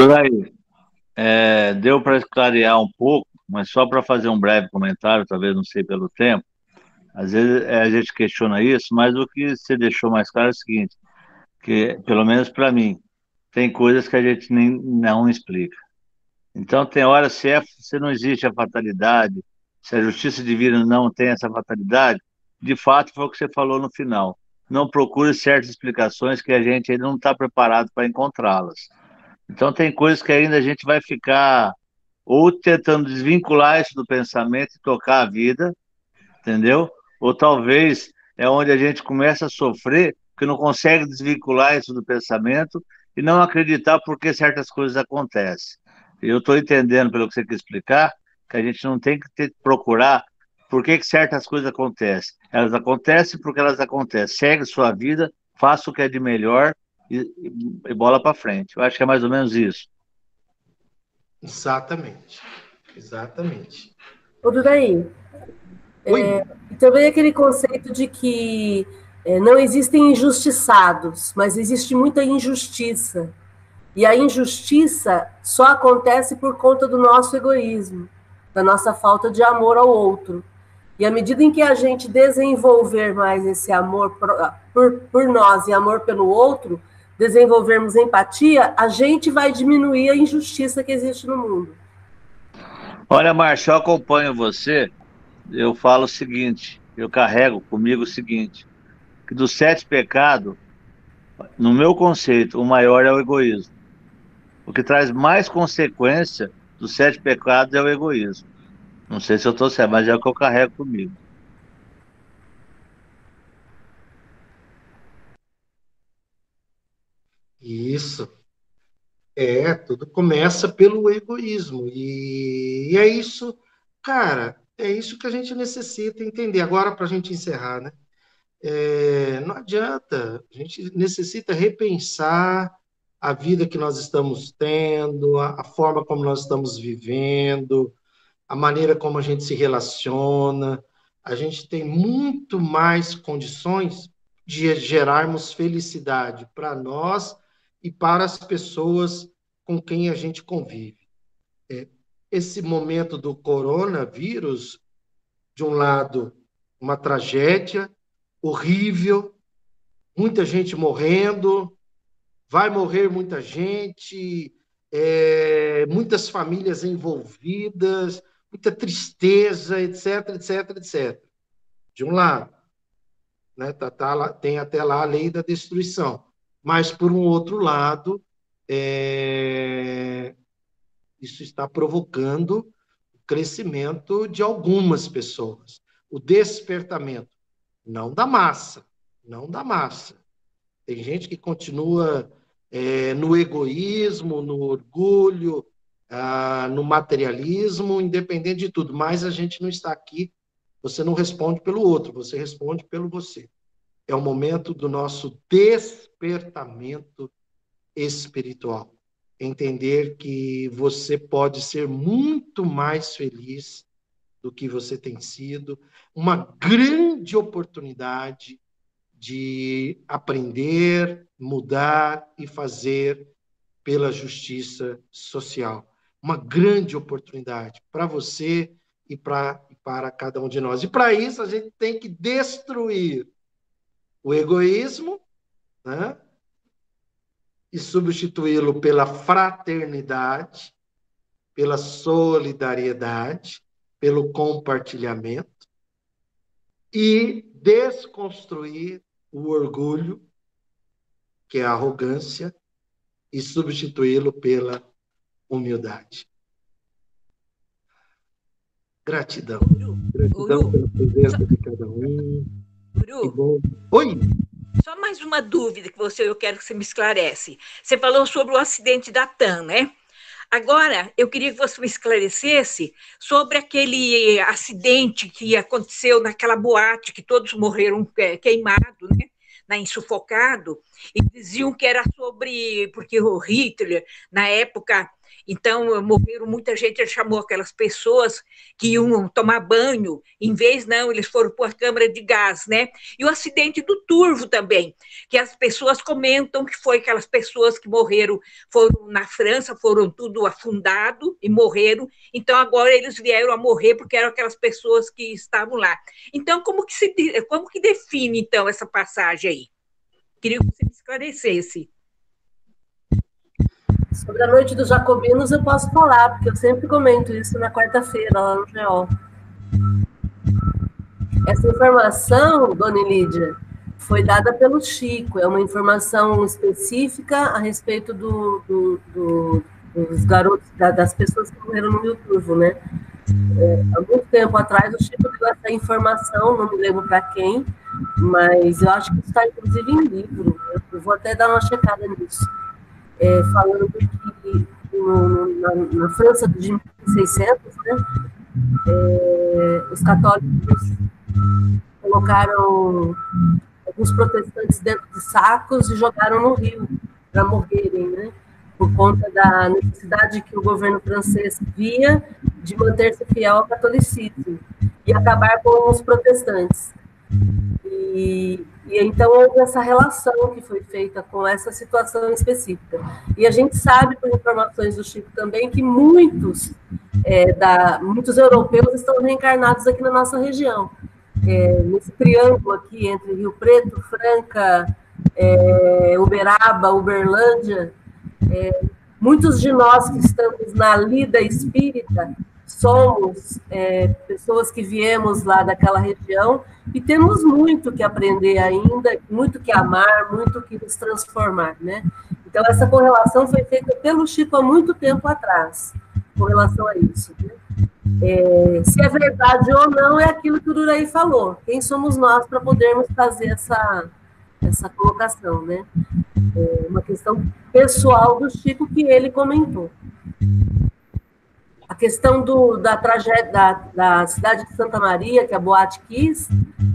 Deu para clarear um pouco, mas só para fazer um breve comentário, talvez não sei pelo tempo, às vezes a gente questiona isso, mas o que você deixou mais claro é o seguinte, que, pelo menos para mim, tem coisas que a gente nem não explica. Então, tem horas, se não existe a fatalidade, se a justiça divina não tem essa fatalidade, de fato foi o que você falou no final. Não procure certas explicações que a gente ainda não está preparado para encontrá-las. Então, tem coisas que ainda a gente vai ficar ou tentando desvincular isso do pensamento e tocar a vida, entendeu? Ou talvez é onde a gente começa a sofrer, porque não consegue desvincular isso do pensamento e não acreditar por que certas coisas acontecem. Eu estou entendendo, pelo que você quer explicar, que a gente não tem que procurar por que certas coisas acontecem. Elas acontecem porque elas acontecem. Segue sua vida, faça o que é de melhor e bola para frente. Eu acho que é mais ou menos isso. Exatamente. Ô, Duraí, também aquele conceito de que não existem injustiçados, mas existe muita injustiça. E a injustiça só acontece por conta do nosso egoísmo, da nossa falta de amor ao outro. E à medida em que a gente desenvolver mais esse amor por nós e amor pelo outro, desenvolvermos empatia, a gente vai diminuir a injustiça que existe no mundo. Olha, Márcia, eu acompanho você, eu falo o seguinte, eu carrego comigo o seguinte, que dos 7 pecados, no meu conceito, o maior é o egoísmo. O que traz mais consequência dos 7 pecados é o egoísmo. Não sei se eu estou certo, mas é o que eu carrego comigo. Isso. Tudo começa pelo egoísmo. E é isso, cara, é isso que a gente necessita entender. Agora, para a gente encerrar, né? Não adianta, a gente necessita repensar a vida que nós estamos tendo, a forma como nós estamos vivendo, a maneira como a gente se relaciona. A gente tem muito mais condições de gerarmos felicidade para nós e para as pessoas com quem a gente convive. Esse momento do coronavírus, de um lado, uma tragédia horrível, muita gente morrendo, vai morrer muita gente, muitas famílias envolvidas, muita tristeza, etc, etc, etc. De um lado, né, tem até lá a lei da destruição. Mas, por um outro lado, isso está provocando o crescimento de algumas pessoas, o despertamento, não da massa, não da massa. Tem gente que continua no egoísmo, no orgulho, no materialismo, independente de tudo, mas a gente não está aqui, você não responde pelo outro, você responde pelo você. É o momento do nosso despertamento espiritual. Entender que você pode ser muito mais feliz do que você tem sido, uma grande oportunidade de aprender, mudar e fazer pela justiça social. Uma grande oportunidade para você e para cada um de nós. E para isso a gente tem que destruir o egoísmo, né? E substituí-lo pela fraternidade, pela solidariedade, pelo compartilhamento, e desconstruir o orgulho, que é a arrogância, e substituí-lo pela humildade. Gratidão. Gratidão pela presença de cada um. Que bom. Oi! Só mais uma dúvida que eu quero que você me esclarece. Você falou sobre o acidente da TAM, né? Agora, eu queria que você me esclarecesse sobre aquele acidente que aconteceu naquela boate, que todos morreram queimados, né? Insufocado, e diziam que era porque o Hitler, na época, então morreram muita gente, ele chamou aquelas pessoas que iam tomar banho, em vez não, eles foram por a câmara de gás, né? E o acidente do Turvo também, que as pessoas comentam que foi aquelas pessoas que morreram, foram na França, foram tudo afundado e morreram, então agora eles vieram a morrer porque eram aquelas pessoas que estavam lá. Então, como que define, então, essa passagem aí? Queria que você me esclarecesse. Sobre a noite dos jacobinos eu posso falar, porque eu sempre comento isso na quarta-feira, lá no GEO. Essa informação, Dona Lídia, foi dada pelo Chico, é uma informação específica a respeito dos garotos, das pessoas que morreram no Rio Turvo, né? Há muito tempo atrás o Chico deu essa informação, não me lembro para quem, mas eu acho que está inclusive em livro, eu vou até dar uma checada nisso. Falando que na França de 1600, né, os católicos colocaram alguns protestantes dentro de sacos e jogaram no rio para morrerem, né, por conta da necessidade que o governo francês via de manter-se fiel ao catolicismo e acabar com os protestantes. E então houve essa relação que foi feita com essa situação específica. E a gente sabe, por informações do Chico também, que muitos europeus estão reencarnados aqui na nossa região. Nesse triângulo aqui entre Rio Preto, Franca, Uberaba, Uberlândia, muitos de nós que estamos na lida espírita somos pessoas que viemos lá daquela região e temos muito que aprender ainda, muito que amar, muito que nos transformar, né? Então, essa correlação foi feita pelo Chico há muito tempo atrás. com relação a isso. Né? Se é verdade ou não, é aquilo que o Duraí falou. Quem somos nós para podermos fazer essa colocação, né? É uma questão pessoal do Chico que ele comentou. A questão da tragédia da cidade de Santa Maria, que a Boate quis,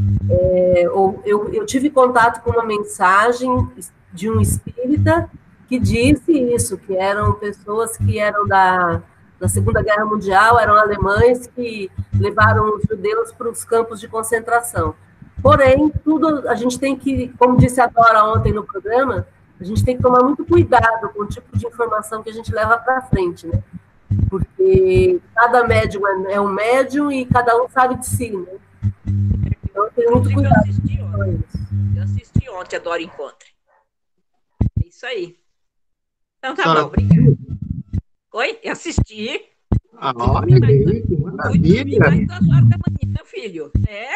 eu tive contato com uma mensagem de um espírita que disse isso, que eram pessoas que eram da Segunda Guerra Mundial, eram alemães que levaram os judeus para os campos de concentração. Porém, tudo a gente tem que, como disse a Dora ontem no programa, a gente tem que tomar muito cuidado com o tipo de informação que a gente leva para frente, né? Porque cada médium é um médium e cada um sabe de si, né? Então, tem muito cuidado. Eu assisti ontem a Dora Encontre. É isso aí. Então tá bom, obrigada. Oi? Eu assisti. Olha aí, que maravilha. Mais 2 horas da manhã, meu filho.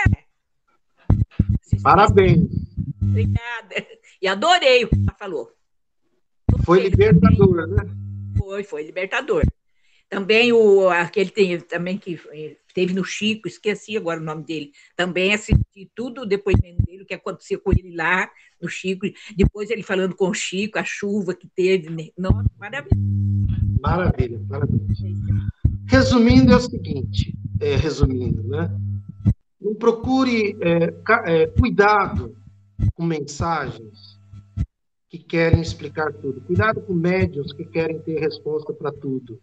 Parabéns. Obrigada. E adorei o que ela falou. Foi libertador, né? Foi libertador. Também aquele também que teve no Chico, esqueci agora o nome dele. Também assisti tudo o depoimento dele, o que aconteceu com ele lá no Chico. Depois ele falando com o Chico, a chuva que teve. Né? Nossa, maravilha. Maravilha, maravilha. Resumindo, é o seguinte, né? Não procure cuidado com mensagens que querem explicar tudo. Cuidado com médiuns que querem ter resposta para tudo.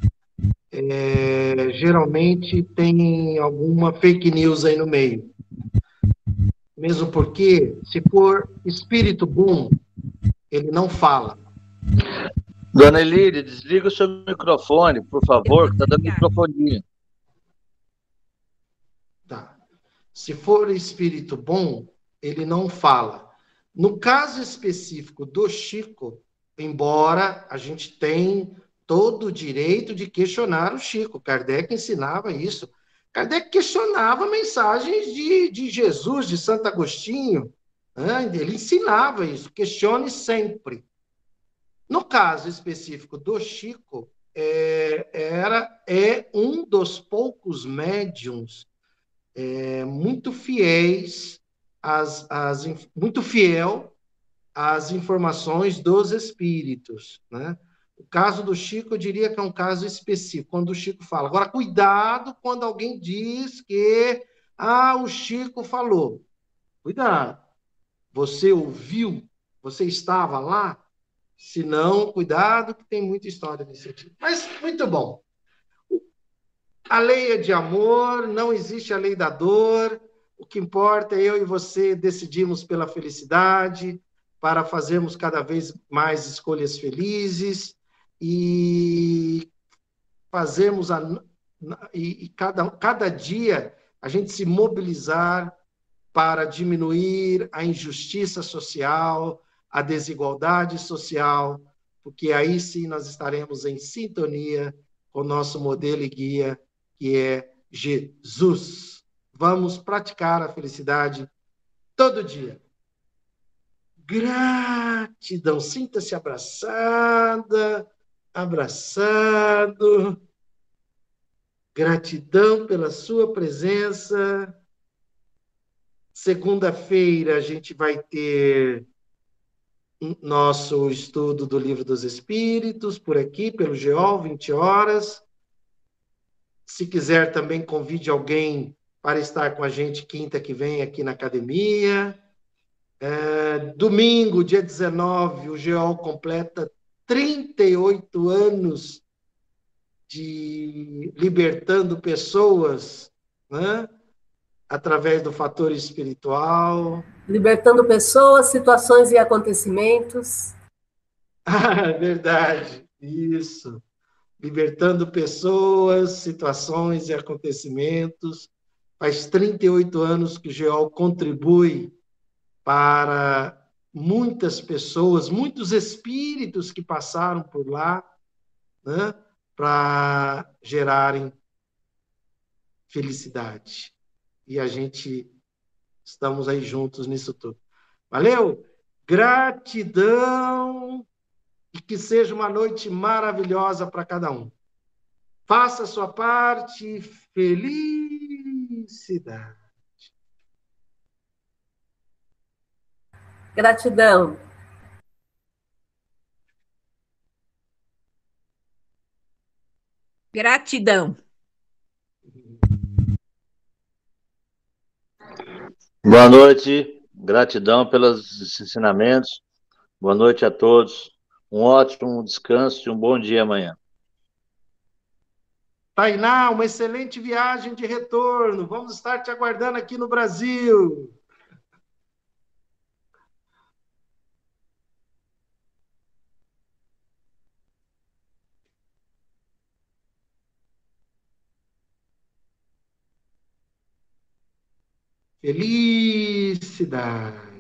Geralmente tem alguma fake news aí no meio. Mesmo porque, se for espírito bom, ele não fala. Dona Elíria, desliga o seu microfone, por favor, que está dando microfonia. Tá. Se for espírito bom, ele não fala. No caso específico do Chico, embora a gente tenha todo o direito de questionar o Chico, Kardec ensinava isso. Kardec questionava mensagens de Jesus, de Santo Agostinho, né? Ele ensinava isso, questione sempre. No caso específico do Chico, é um dos poucos médiuns muito fiéis, muito fiel às informações dos espíritos, né? O caso do Chico, eu diria que é um caso específico, quando o Chico fala. Agora, cuidado quando alguém diz que o Chico falou. Cuidado. Você ouviu? Você estava lá? Se não, cuidado, que tem muita história nesse sentido. Mas, muito bom. A lei é de amor, não existe a lei da dor. O que importa é eu e você decidirmos pela felicidade, para fazermos cada vez mais escolhas felizes e fazermos cada dia a gente se mobilizar para diminuir a injustiça social, a desigualdade social, porque aí sim nós estaremos em sintonia com o nosso modelo e guia, que é Jesus. Vamos praticar a felicidade todo dia. Gratidão. Sinta-se abraçada, abraçado. Gratidão pela sua presença. Segunda-feira a gente vai ter nosso estudo do Livro dos Espíritos, por aqui, pelo GEOL, 20 horas. Se quiser, também convide alguém para estar com a gente quinta que vem aqui na academia. Domingo, dia 19, o GEOL completa 38 anos de libertando pessoas, né? Através do fator espiritual. Libertando pessoas, situações e acontecimentos. Verdade, isso. Libertando pessoas, situações e acontecimentos. Faz 38 anos que o GEOL contribui para muitas pessoas, muitos espíritos que passaram por lá, né, para gerarem felicidade. E a gente estamos aí juntos nisso tudo. Valeu? Gratidão e que seja uma noite maravilhosa para cada um. Faça a sua parte. Felicidade. Gratidão. Gratidão. Boa noite, gratidão pelos ensinamentos. Boa noite a todos. Um ótimo descanso e um bom dia amanhã. Tainá, uma excelente viagem de retorno. Vamos estar te aguardando aqui no Brasil. Felicidade.